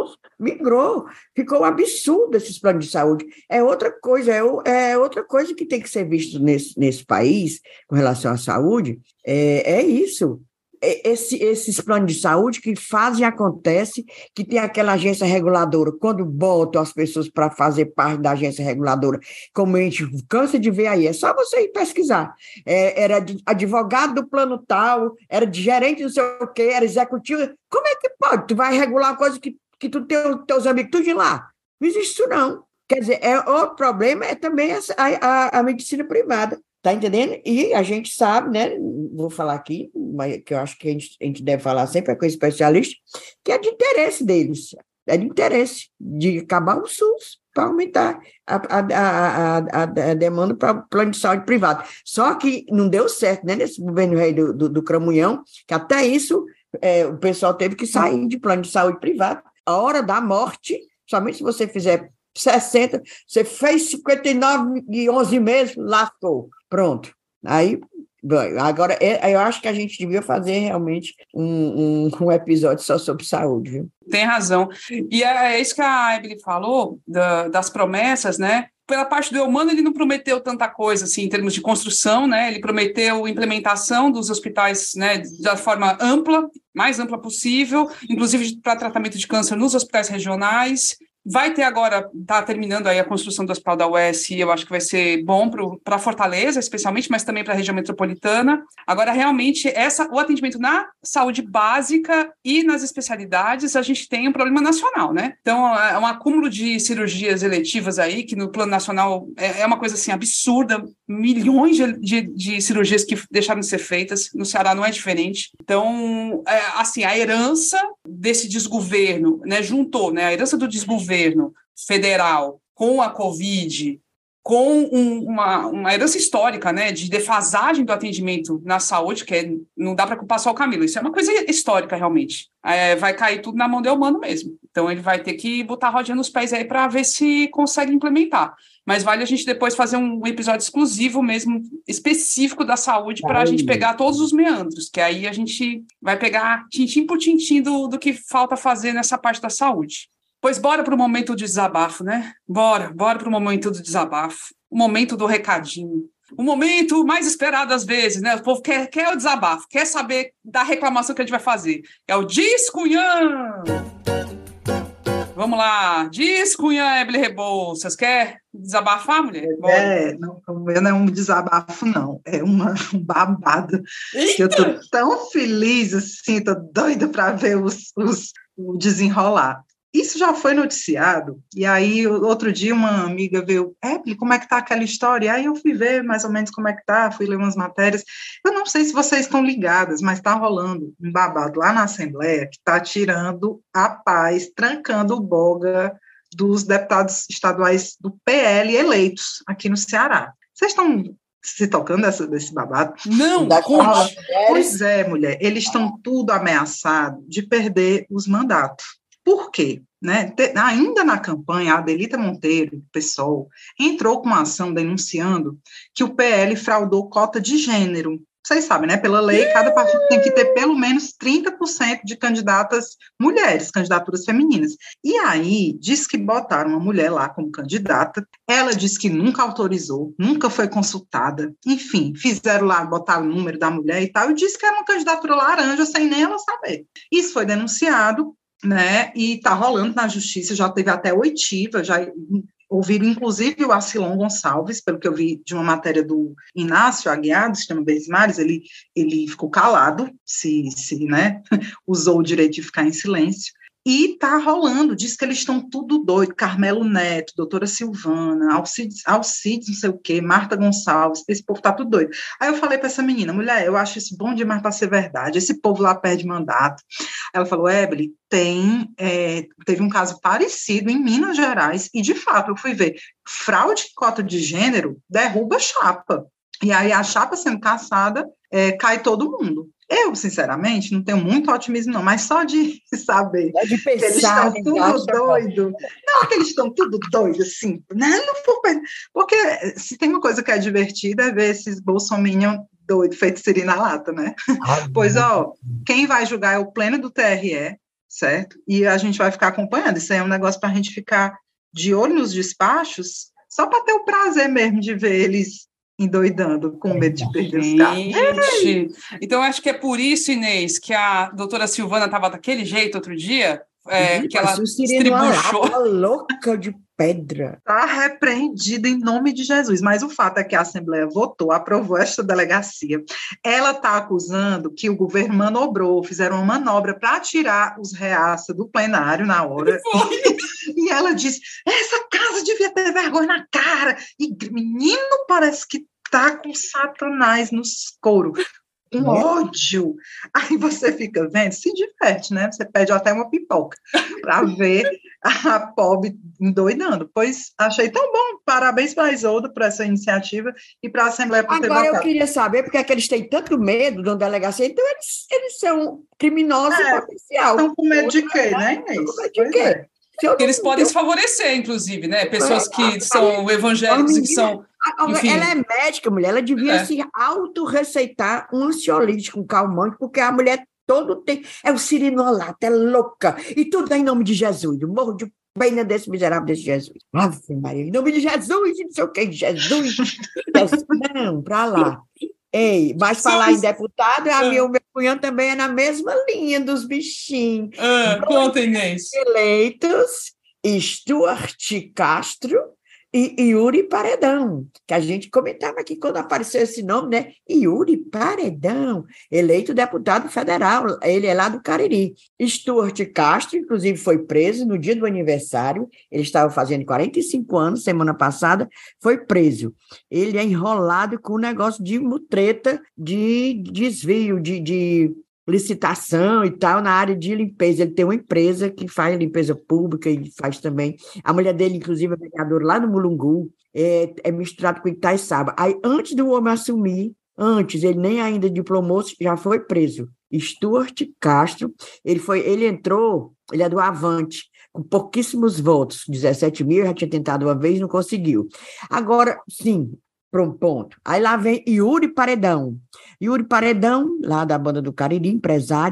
Migrou, ficou um absurdo esses planos de saúde. É outra coisa, é, é outra coisa que tem que ser visto nesse, nesse país com relação à saúde, é, é isso. Esse, esses planos de saúde que fazem e acontece, que tem aquela agência reguladora, quando botam as pessoas para fazer parte da agência reguladora, como a gente cansa de ver aí, é só você ir pesquisar. É, era advogado do plano tal, era de gerente não sei o quê, era executivo. Como é que pode? Tu vai regular uma coisa que, que tu tem os teus amigos tudo de lá? Não existe isso, não. Quer dizer, é, o problema é também a, a, a medicina privada. Tá entendendo? E a gente sabe, né? Vou falar aqui, mas que eu acho que a gente, a gente deve falar sempre com especialista, que é de interesse deles, é de interesse de acabar o SUS para aumentar a, a, a, a, a demanda para o plano de saúde privado. Só que não deu certo, né? Nesse governo rei do, do, do Cramunhão, que até isso é, o pessoal teve que sair de plano de saúde privado. A hora da morte, somente se você fizer sessenta, você fez cinquenta e nove e onze meses, lascou. Pronto. Aí, agora, eu acho que a gente devia fazer realmente um, um, um episódio só sobre saúde, viu? Tem razão. E é isso que a Emily falou, da, das promessas, né? Pela parte do Eumano, ele não prometeu tanta coisa, assim, em termos de construção, né? Ele prometeu implementação dos hospitais, né, da forma ampla, mais ampla possível, inclusive para tratamento de câncer nos hospitais regionais. Vai ter agora, está terminando aí a construção do Hospital da U E S, e eu acho que vai ser bom para Fortaleza, especialmente, mas também para a região metropolitana. Agora, realmente, essa, o atendimento na saúde básica e nas especialidades, a gente tem um problema nacional, né? Então, é um acúmulo de cirurgias eletivas aí, que no plano nacional é, é uma coisa, assim, absurda, milhões de, de, de cirurgias que deixaram de ser feitas, no Ceará não é diferente. Então, é, assim, a herança desse desgoverno, né, juntou, né, a herança do desgoverno federal com a Covid, com um, uma, uma herança histórica, né, de defasagem do atendimento na saúde, que é, não dá para culpar só o Camilo, isso é uma coisa histórica realmente, é, vai cair tudo na mão do Eumano mesmo, então ele vai ter que botar a rodinha nos pés aí para ver se consegue implementar, mas vale a gente depois fazer um episódio exclusivo mesmo, específico da saúde, para a gente pegar todos os meandros, que aí a gente vai pegar tintim por tintim do, do que falta fazer nessa parte da saúde. Pois bora para o momento do desabafo, né? Bora, bora para o momento do desabafo. O momento do recadinho. O momento mais esperado às vezes, né? O povo quer, quer o desabafo, quer saber da reclamação que a gente vai fazer. É o Diz Cunhã! Vamos lá. Diz Cunhã, Evelyn Rebouças. Quer desabafar, mulher? Bora. É, não, o meu não é um desabafo, não. É uma, um babado. Que eu tô tão feliz, assim, tô doida para ver os, os, o desenrolar. Isso já foi noticiado, e aí outro dia uma amiga veio, Evelyn, como é que tá aquela história? E aí eu fui ver mais ou menos como é que tá, fui ler umas matérias. Eu não sei se vocês estão ligadas, mas tá rolando um babado lá na Assembleia que tá tirando a paz, trancando o boga dos deputados estaduais do P L eleitos aqui no Ceará. Vocês estão se tocando dessa, desse babado? Não, Da conte. Pois é, mulher, eles estão tudo ameaçados de perder os mandatos. Por quê? Né? Ainda na campanha, a Adelita Monteiro, do PSOL, entrou com uma ação denunciando que o P L fraudou cota de gênero. Vocês sabem, né? Pela lei, cada partido tem que ter pelo menos trinta por cento de candidatas mulheres, candidaturas femininas. E aí, diz que botaram uma mulher lá como candidata, ela disse que nunca autorizou, nunca foi consultada, enfim, fizeram lá, botaram o número da mulher e tal, e disse que era uma candidatura laranja, sem nem ela saber. Isso foi denunciado, né, e está rolando na justiça, já teve até oitiva, já ouviram inclusive o Acilon Gonçalves, pelo que eu vi de uma matéria do Inácio Aguiar, do Sistema Verdes Mares, ele, ele ficou calado, se, se né, usou o direito de ficar em silêncio, e está rolando, diz que eles estão tudo doido, Carmelo Neto, doutora Silvana, Alcides, Alcides não sei o quê, Marta Gonçalves, esse povo está tudo doido. Aí eu falei para essa menina, mulher, eu acho isso bom demais para ser verdade, esse povo lá perde mandato. Ela falou, Evelyn, tem, é, teve um caso parecido em Minas Gerais, e de fato eu fui ver, fraude em cota de gênero derruba a chapa, e aí a chapa sendo caçada, é, cai todo mundo. Eu, sinceramente, não tenho muito otimismo, não, mas só de saber é de pensar, que eles estão tudo doido. Não, que eles estão tudo doido, assim, né? Não for, porque se tem uma coisa que é divertida é ver esses bolsominion doido, feito siri na lata, né? Ah, pois, ó, quem vai julgar é o pleno do T R E, certo? E a gente vai ficar acompanhando. Isso aí é um negócio para a gente ficar de olho nos despachos, só para ter o prazer mesmo de ver eles endoidando, com medo de perder os carros. Então, acho que é por isso, Inês, que a doutora Silvana estava daquele jeito outro dia, é, Ih, que ela distribuiu. Louca de pedra. Está repreendida em nome de Jesus, mas o fato é que a Assembleia votou, aprovou esta delegacia. Ela está acusando que o governo manobrou, fizeram uma manobra para tirar os reaça do plenário na hora. E ela disse, essa casa devia ter vergonha na cara. E menino, parece que tá com Satanás nos couros. Um ódio. Aí você fica vendo, se diverte, né? Você pede até uma pipoca para ver a pobre endoidando. Pois achei tão bom. Parabéns para a Isolda por essa iniciativa e para a Assembleia por ter Agora votado. Eu queria saber porque é que eles têm tanto medo da delegacia. Então eles, eles são criminosos é, em potencial. Estão com medo de quê, né, Inês? Com medo de quê? Eles podem se favorecer, inclusive, né? Pessoas que são evangélicos e que são... Enfim. Ela é médica, mulher, ela devia é. se auto-receitar um ansiolítico, um calmante, porque a mulher todo tem... É o sirinolato, é louca. E tudo é em nome de Jesus. Eu morro de pena desse miserável desse Jesus. Ave Maria, em nome de Jesus, não sei o que, Jesus. Não, pra lá. Ei, mas Só falar isso. em deputado, a ah. minha, o meu cunhado também é na mesma linha dos bichinhos. Ah, conta, Inês. Eleitos, Stuart Castro e Yuri Paredão, que a gente comentava aqui quando apareceu esse nome, né? Yuri Paredão, eleito deputado federal, ele é lá do Cariri. Stuart Castro, inclusive, foi preso no dia do aniversário, ele estava fazendo quarenta e cinco anos, semana passada, foi preso. Ele é enrolado com um negócio de mutreta, de desvio, de... de licitação e tal, na área de limpeza. Ele tem uma empresa que faz limpeza pública e faz também. A mulher dele, inclusive, é vereadora lá no Mulungu, é, é misturado com Itaiçaba. Aí, antes do homem assumir, antes, ele nem ainda diplomou-se, já foi preso. Stuart Castro, ele, foi, ele entrou, ele é do Avante, com pouquíssimos votos, dezessete mil, já tinha tentado uma vez, não conseguiu. Agora, sim, para um ponto. Aí lá vem Yuri Paredão. Yuri Paredão, lá da banda do Cariri, empresário,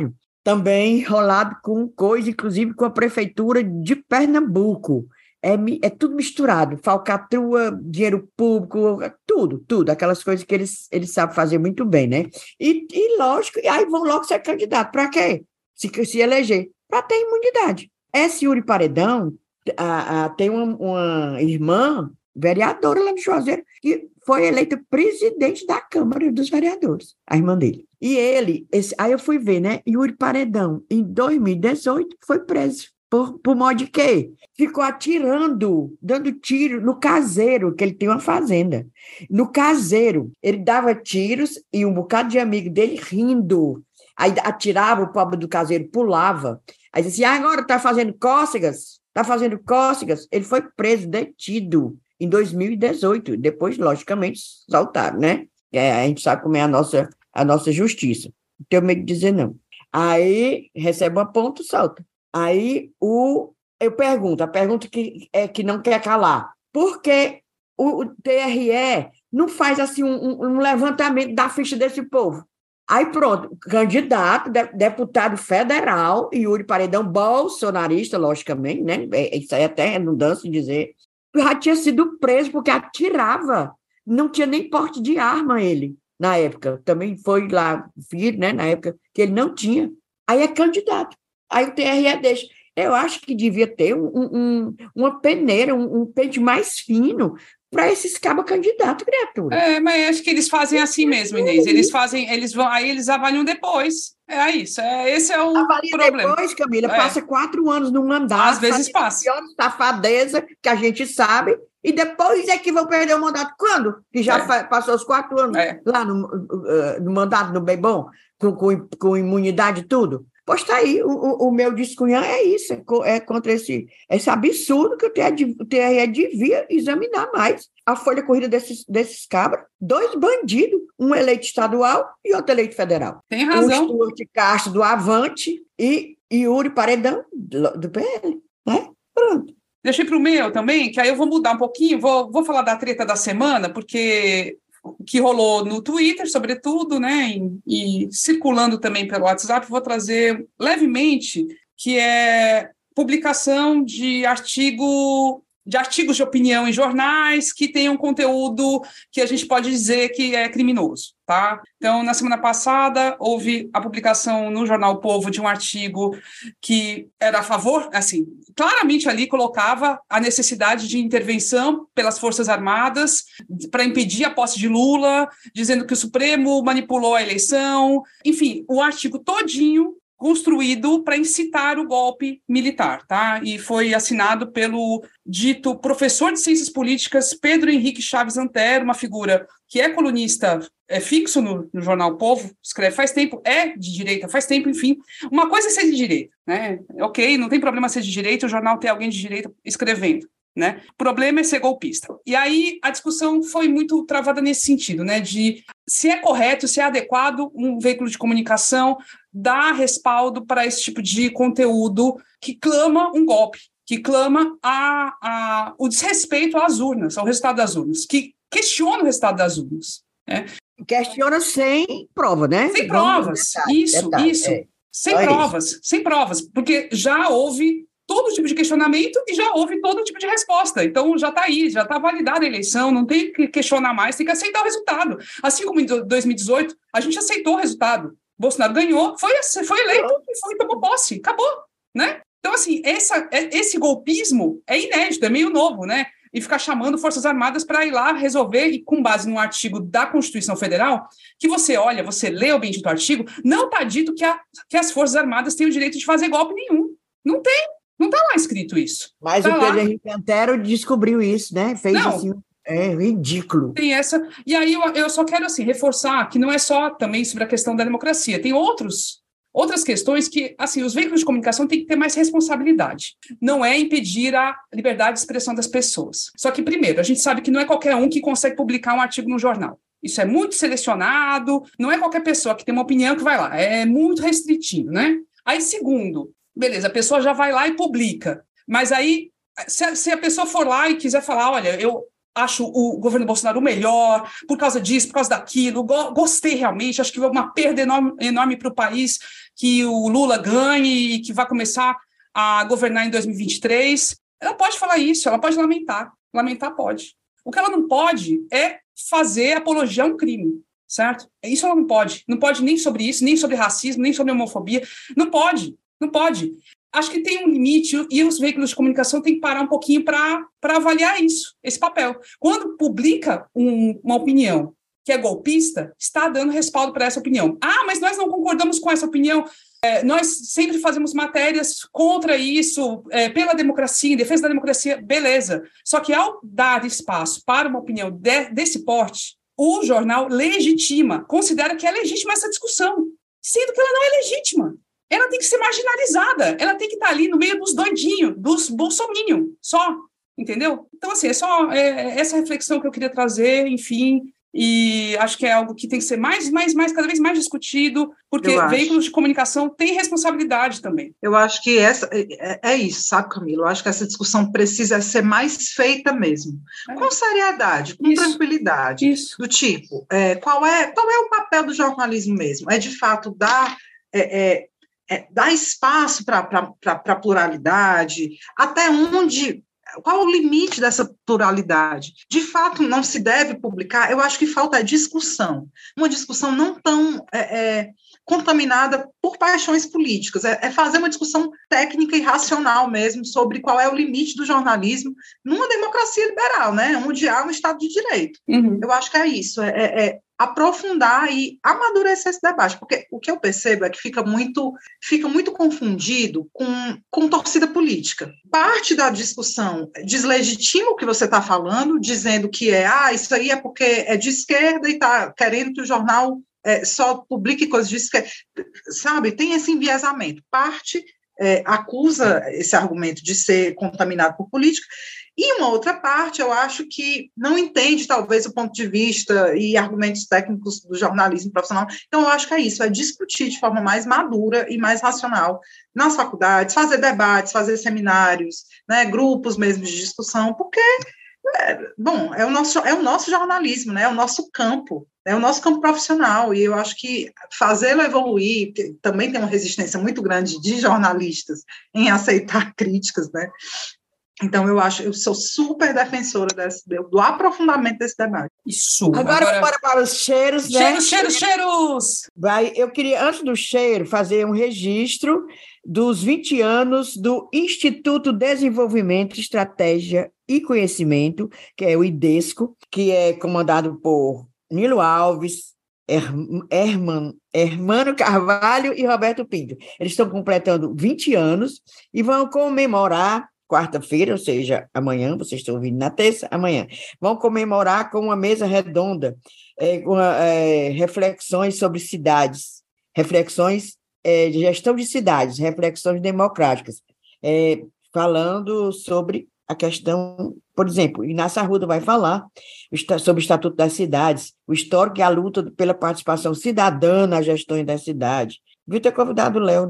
também enrolado com coisa, inclusive com a prefeitura de Pernambuco. É, é tudo misturado, falcatrua, dinheiro público, tudo, tudo, aquelas coisas que eles, eles sabem fazer muito bem, né? E, e lógico, e aí vão logo ser candidato. Para quê? Se, se eleger. Para ter imunidade. Esse Yuri Paredão a, a, tem uma, uma irmã vereadora lá no Juazeiro, que foi eleita presidente da Câmara dos Vereadores, a irmã dele. E ele, esse, aí eu fui ver, né? Yuri Paredão, em dois mil e dezoito, foi preso. Por, por modo de quê? Ficou atirando, dando tiro no caseiro, que ele tem uma fazenda. No caseiro, ele dava tiros e um bocado de amigo dele rindo. Aí atirava, o pobre do caseiro pulava. Aí dizia assim, ah, agora tá fazendo cócegas? Tá fazendo cócegas? Ele foi preso, detido, em dois mil e dezoito. Depois, logicamente, soltaram, né? É, a gente sabe como é a nossa, a nossa justiça. Não tenho medo de dizer não. Aí, recebe uma ponta, solta. Aí, o, eu pergunto, a pergunta que, é, que não quer calar, por que o, o T R E não faz assim, um, um levantamento da ficha desse povo? Aí pronto, candidato, de, deputado federal, Yuri Paredão, bolsonarista, logicamente, né? Isso aí é até redundância dizer, já tinha sido preso porque atirava, não tinha nem porte de arma ele, na época, também foi lá, vir, né, na época que ele não tinha, aí é candidato. Aí o T R E deixa. Eu acho que devia ter um, um, uma peneira, um, um pente mais fino para esses cabos candidatos, criatura. É, mas acho que eles fazem assim mesmo, Inês. Eles fazem, eles vão, aí eles avaliam depois. É isso, é, esse é o Avalia problema. Depois, Camila, é. passa quatro anos no mandato. Às vezes passa. Pior safadeza que a gente sabe, e depois é que vão perder o mandato. Quando? Que já é. passou os quatro anos é. lá no, uh, no mandato, no bem bom, com, com, com imunidade e tudo. Pois está aí, o, o, o meu descunhar é isso, é, é contra esse, esse absurdo que o T R E devia examinar mais a folha corrida desses, desses cabras, dois bandidos, um eleito estadual e outro eleito federal. Tem razão. O Stuart Castro do Avante e Yuri Paredão do, do P L, né? Pronto. Deixei para o meu também, que aí eu vou mudar um pouquinho, vou, vou falar da treta da semana, porque que rolou no Twitter, sobretudo, né, e, e circulando também pelo WhatsApp, vou trazer levemente, que é publicação de artigo, de artigos de opinião em jornais que tenham conteúdo que a gente pode dizer que é criminoso, tá? Então, na semana passada, houve a publicação no jornal O Povo de um artigo que era a favor, assim, claramente ali colocava a necessidade de intervenção pelas Forças Armadas para impedir a posse de Lula, dizendo que o Supremo manipulou a eleição, enfim, o artigo todinho construído para incitar o golpe militar, tá? E foi assinado pelo dito professor de Ciências Políticas Pedro Henrique Chaves Antero, uma figura que é colunista é fixo no, no jornal O Povo, escreve faz tempo, é de direita, faz tempo, enfim. Uma coisa é ser de direita, né? Ok, não tem problema ser de direita, o jornal tem alguém de direita escrevendo, né? O problema é ser golpista. E aí a discussão foi muito travada nesse sentido, né? De se é correto, se é adequado um veículo de comunicação dar respaldo para esse tipo de conteúdo que clama um golpe, que clama a, a, o desrespeito às urnas, ao resultado das urnas, que questiona o resultado das urnas, né? Questiona sem prova, né? Sem provas, detalhe, isso, detalhe, isso. É. Sem Só provas, isso. sem provas, porque já houve todo tipo de questionamento e já houve todo tipo de resposta. Então, já está aí, já está validada a eleição, não tem que questionar mais, tem que aceitar o resultado. Assim como em dois mil e dezoito, a gente aceitou o resultado. Bolsonaro ganhou, foi, foi eleito e foi, tomou posse, acabou, né? Então, assim, essa, esse golpismo é inédito, é meio novo, né? E ficar chamando Forças Armadas para ir lá resolver, e com base num artigo da Constituição Federal, que você olha, você lê o bendito artigo, não está dito que, a, que as Forças Armadas têm o direito de fazer golpe nenhum. Não tem, não está lá escrito isso. Mas tá o Pedro Henrique Antero descobriu isso, né? Fez não. assim... É ridículo. Tem essa. E aí eu, eu só quero assim, reforçar que não é só também sobre a questão da democracia. Tem outros, outras questões que, assim, os veículos de comunicação têm que ter mais responsabilidade. Não é impedir a liberdade de expressão das pessoas. Só que, primeiro, a gente sabe que não é qualquer um que consegue publicar um artigo no jornal. Isso é muito selecionado, não é qualquer pessoa que tem uma opinião que vai lá. É muito restritivo, né? Aí, segundo, beleza, a pessoa já vai lá e publica. Mas aí, se a, se a pessoa for lá e quiser falar, olha, eu... acho o governo Bolsonaro o melhor, por causa disso, por causa daquilo, go- gostei realmente, acho que é uma perda enorme, enorme para o país que o Lula ganhe e que vai começar a governar em dois mil e vinte e três. Ela pode falar isso, ela pode lamentar, lamentar pode. O que ela não pode é fazer apologia a um crime, certo? Isso ela não pode, não pode nem sobre isso, nem sobre racismo, nem sobre homofobia, não pode, não pode. Acho que tem um limite e os veículos de comunicação têm que parar um pouquinho para avaliar isso, esse papel. Quando publica um, uma opinião que é golpista, está dando respaldo para essa opinião. Ah, mas nós não concordamos com essa opinião. É, nós sempre fazemos matérias contra isso, é, pela democracia, em defesa da democracia, beleza. Só que ao dar espaço para uma opinião de, desse porte, o jornal legitima, considera que é legítima essa discussão, sendo que ela não é legítima. Ela tem que ser marginalizada, ela tem que estar ali no meio dos doidinhos, dos bolsominions, só, entendeu? Então, assim, é só é, essa reflexão que eu queria trazer, enfim, e acho que é algo que tem que ser mais, mais, mais, cada vez mais discutido, porque veículos de comunicação têm responsabilidade também. Eu acho que essa, é, é isso, sabe, Camila? Eu acho que essa discussão precisa ser mais feita mesmo, é. com seriedade, com isso. tranquilidade, isso. do tipo, é, qual, é, qual é o papel do jornalismo mesmo? É, de fato, dar... É, é, É, dar espaço para a pluralidade, até onde, qual é o limite dessa pluralidade? De fato, não se deve publicar, eu acho que falta a discussão, uma discussão não tão é, é, contaminada por paixões políticas, é, é fazer uma discussão técnica e racional mesmo sobre qual é o limite do jornalismo numa democracia liberal, né, onde há um Estado de Direito. Uhum. Eu acho que é isso, é, é aprofundar e amadurecer esse debate, porque o que eu percebo é que fica muito, fica muito confundido com, com torcida política. Parte da discussão deslegitima o que você está falando, dizendo que é, ah, isso aí é porque é de esquerda e está querendo que o jornal é, só publique coisas de esquerda, sabe? Tem esse enviesamento. Parte é, acusa esse argumento de ser contaminado por política, e uma outra parte, eu acho que não entende, talvez, o ponto de vista e argumentos técnicos do jornalismo profissional. Então, eu acho que é isso, é discutir de forma mais madura e mais racional nas faculdades, fazer debates, fazer seminários, né, grupos mesmo de discussão, porque, é, bom, é o, nosso, é o nosso jornalismo, né, é o nosso campo, é o nosso campo profissional, e eu acho que fazê-lo evoluir, também tem uma resistência muito grande de jornalistas em aceitar críticas, né. Então, eu acho, eu sou super defensora desse, do aprofundamento desse debate. Isso. Agora, agora bora para os cheiros, né? Cheiros, cheiros, cheiros! Vai, eu queria, antes do cheiro, fazer um registro dos vinte anos do Instituto Desenvolvimento, Estratégia e Conhecimento, que é o IDESCO, que é comandado por Nilo Alves, Herman, Hermano Carvalho e Roberto Pinto. Eles estão completando vinte anos e vão comemorar quarta-feira, ou seja, amanhã, vocês estão ouvindo na terça, amanhã, vão comemorar com uma mesa redonda, é, com é, reflexões sobre cidades, reflexões é, de gestão de cidades, reflexões democráticas, é, falando sobre a questão, por exemplo, Inácio Arruda vai falar sobre o Estatuto das Cidades, o histórico e a luta pela participação cidadã na gestão da cidade. Devia ter convidado o Léo, né?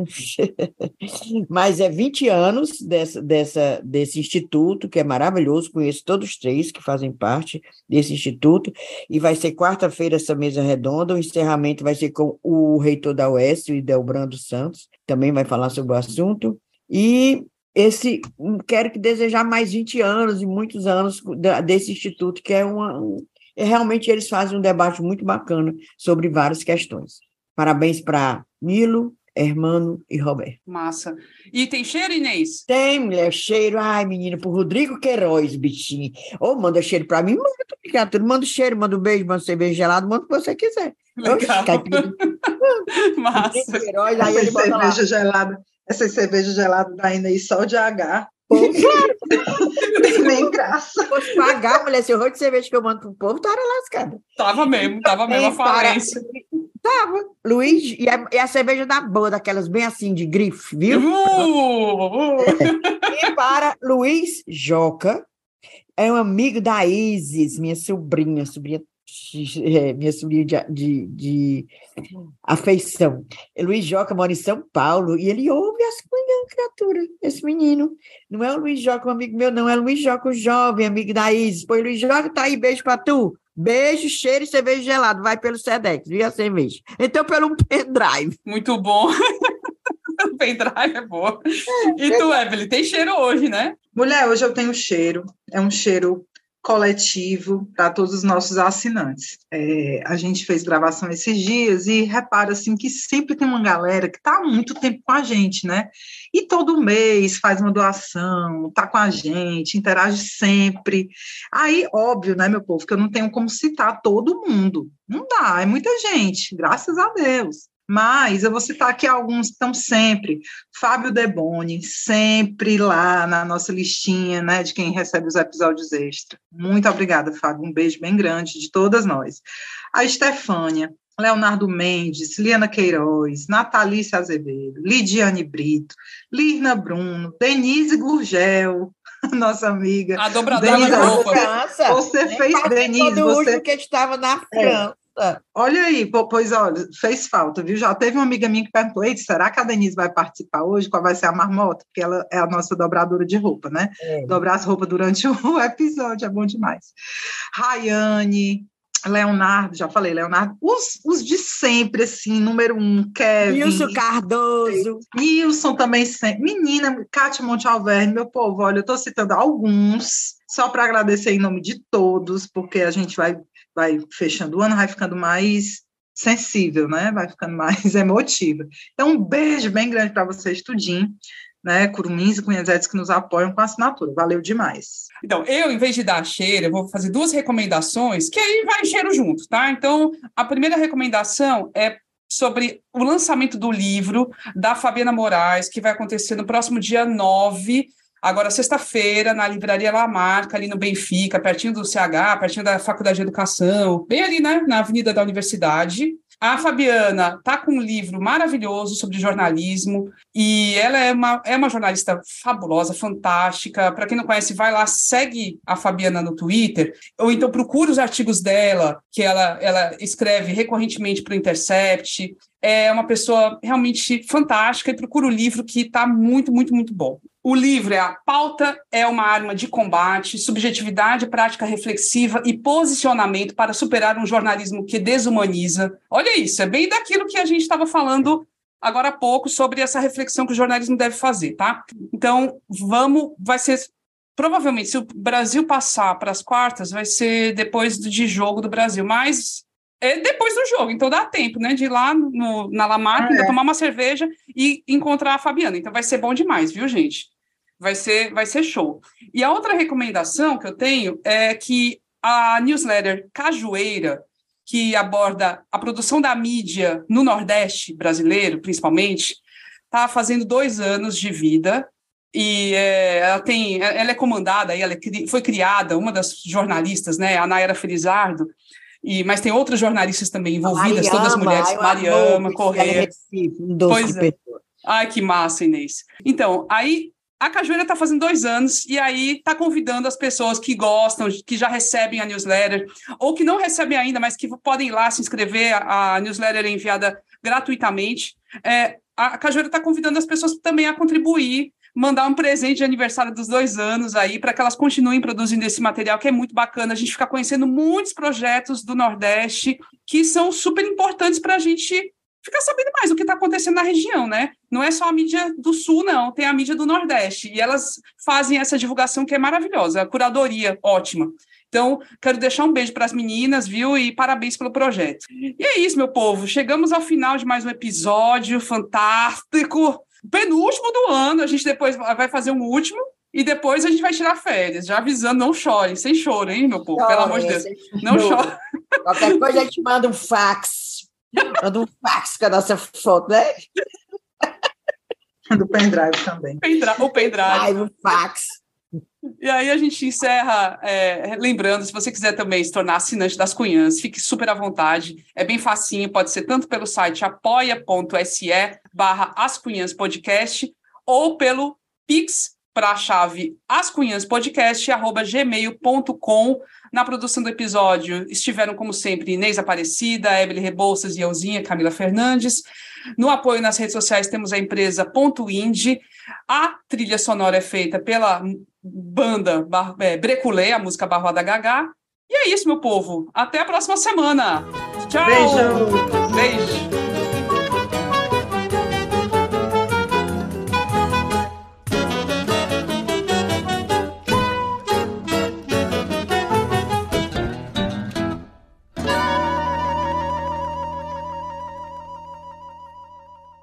Mas é vinte anos dessa, dessa, desse instituto, que é maravilhoso, conheço todos os três que fazem parte desse instituto, e vai ser quarta-feira essa mesa redonda, o encerramento vai ser com o reitor da U E S, o Idelbrando Santos, também vai falar sobre o assunto, e esse, quero que desejar mais vinte anos e muitos anos desse instituto, que é uma... É, realmente eles fazem um debate muito bacana sobre várias questões. Parabéns para Nilo, Hermano e Roberto. Massa. E tem cheiro, Inês? Tem, mulher, cheiro. Ai, menina, pro Rodrigo Queiroz, bichinho. Ou manda cheiro para mim, manda, obrigado. Tudo manda cheiro, manda um beijo, manda cerveja gelada, manda o que você quiser. Legal. Oxe, massa. Queiroz, aí ele bota lá. Cerveja gelada, essa cerveja gelada da Inês só de H. Pô, claro. Nem graça. Se fosse pagar, mulher, esse horror de cerveja que eu mando pro povo, tava lascada. Tava mesmo, tava mesmo a falência. Tava. Luiz, e a, e a cerveja da boa, daquelas bem assim, de grife, viu? Uh, uh. E para Luiz Joca, é um amigo da Isis, minha sobrinha, sobrinha é, minha sobrinha de, de, de afeição. Luiz Joca mora em São Paulo e ele ouve as cunhãs, criatura, esse menino. Não é o Luiz Joca, um amigo meu, não, é o Luiz Joca, o jovem, amigo da Isis. Pois Luiz Joca tá aí, beijo pra tu. Beijo, cheiro e cerveja gelado. Vai pelo Sedex, viu a cerveja? Então, pelo um pendrive. Muito bom. O pendrive é bom. E tu, Evelyn, tem cheiro hoje, né? Mulher, hoje eu tenho cheiro. É um cheiro coletivo para todos os nossos assinantes. É, a gente fez gravação esses dias e repara assim que sempre tem uma galera que está há muito tempo com a gente, né? E todo mês faz uma doação, está com a gente, interage sempre. Aí, óbvio, né, meu povo, que eu não tenho como citar todo mundo. Não dá, é muita gente, graças a Deus. Mas eu vou citar aqui alguns que estão sempre. Fábio Deboni, sempre lá na nossa listinha, né, de quem recebe os episódios extra. Muito obrigada, Fábio. Um beijo bem grande de todas nós. A Estefânia, Leonardo Mendes, Liana Queiroz, Natalícia Azevedo, Lidiane Brito, Lirna Bruno, Denise Gurgel, nossa amiga. A dobradora Denise, de roupa. França. Você Nem fez, Denise, do você... último que estava na França. É. Olha aí, pois olha, fez falta, viu? Já teve uma amiga minha que perguntou, Ei, será que a Denise vai participar hoje? Qual vai ser a marmota? Porque ela é a nossa dobradora de roupa, né? É. Dobrar as roupas durante o episódio, é bom demais. Rayane, Leonardo, já falei, Leonardo, os, os de sempre, assim, número um, Kevin. Nilson Cardoso. Nilson também sempre. Menina, Cátia Montealverne, meu povo, olha, eu estou citando alguns, só para agradecer em nome de todos, porque a gente vai... vai fechando o ano, vai ficando mais sensível, né? Vai ficando mais emotiva. Então, um beijo bem grande para vocês, tudinho, né? Curumins e Cunhazetes que nos apoiam com a assinatura. Valeu demais. Então, eu, em vez de dar cheiro, eu vou fazer duas recomendações, que aí vai cheiro junto, tá? Então, a primeira recomendação é sobre o lançamento do livro da Fabiana Moraes, que vai acontecer no próximo dia nove, agora, sexta-feira, na Livraria Lamarca, ali no Benfica, pertinho do C H, pertinho da Faculdade de Educação, bem ali, né, na Avenida da Universidade. A Fabiana está com um livro maravilhoso sobre jornalismo e ela é uma, é uma jornalista fabulosa, fantástica. Para quem não conhece, vai lá, segue a Fabiana no Twitter, ou então procura os artigos dela, que ela, ela escreve recorrentemente para o Intercept. É uma pessoa realmente fantástica e procura o livro que está muito, muito, muito bom. O livro é A Pauta é uma Arma de Combate, Subjetividade, Prática Reflexiva e Posicionamento para Superar um Jornalismo que Desumaniza. Olha isso, é bem daquilo que a gente estava falando agora há pouco sobre essa reflexão que o jornalismo deve fazer, tá? Então, vamos, vai ser, provavelmente, se o Brasil passar para as quartas, vai ser depois de jogo do Brasil, mas... é depois do jogo, então dá tempo, né, de ir lá no, na Lamarca, ah, é. tomar uma cerveja e encontrar a Fabiana. Então vai ser bom demais, viu, gente? Vai ser, vai ser show. E a outra recomendação que eu tenho é que a newsletter Cajueira, que aborda a produção da mídia no Nordeste brasileiro, principalmente, está fazendo dois anos de vida. E é, ela, tem, ela é comandada, ela é, foi criada, uma das jornalistas, né, a Nayara Felizardo, E, mas tem outras jornalistas também envolvidas, Mariama, todas as mulheres, Mariama, Correia. Um pois é. Ai, que massa, Inês. Então, aí a Cajueira está fazendo dois anos e aí está convidando as pessoas que gostam, que já recebem a newsletter, ou que não recebem ainda, mas que podem ir lá se inscrever. A newsletter é enviada gratuitamente. É, a Cajueira está convidando as pessoas também a contribuir, mandar um presente de aniversário dos dois anos aí, para que elas continuem produzindo esse material, que é muito bacana. A gente fica conhecendo muitos projetos do Nordeste que são super importantes para a gente ficar sabendo mais o que está acontecendo na região, né? Não é só a mídia do Sul, não, tem a mídia do Nordeste, e elas fazem essa divulgação que é maravilhosa, a curadoria ótima. Então, quero deixar um beijo para as meninas, viu? E parabéns pelo projeto. E é isso, meu povo, chegamos ao final de mais um episódio fantástico, penúltimo do ano, a gente depois vai fazer um último, e depois a gente vai tirar férias, já avisando, não chorem, sem choro, hein, meu povo? Chore, pelo amor de Deus, não chore. Qualquer coisa a gente manda um fax. Manda um fax com a nossa foto, né? Do pendrive também. Pendrive, o pendrive. Ai, o fax. E aí a gente encerra, é, lembrando, se você quiser também se tornar assinante das Cunhãs, fique super à vontade, é bem facinho, pode ser tanto pelo site apoia.se barra As Cunhãs Podcast ou pelo Pix para a chave ascunhanspodcast arroba gmail ponto com. Na produção do episódio estiveram, como sempre, Inês Aparecida, Ebele Rebouças e Euzinha Camila Fernandes. No apoio nas redes sociais temos a empresa Ponto Indie. A trilha sonora é feita pela banda Bar- é, Breculé, a música Barroada Gagá. E é isso, meu povo. Até a próxima semana. Tchau! Beijo! Beijo!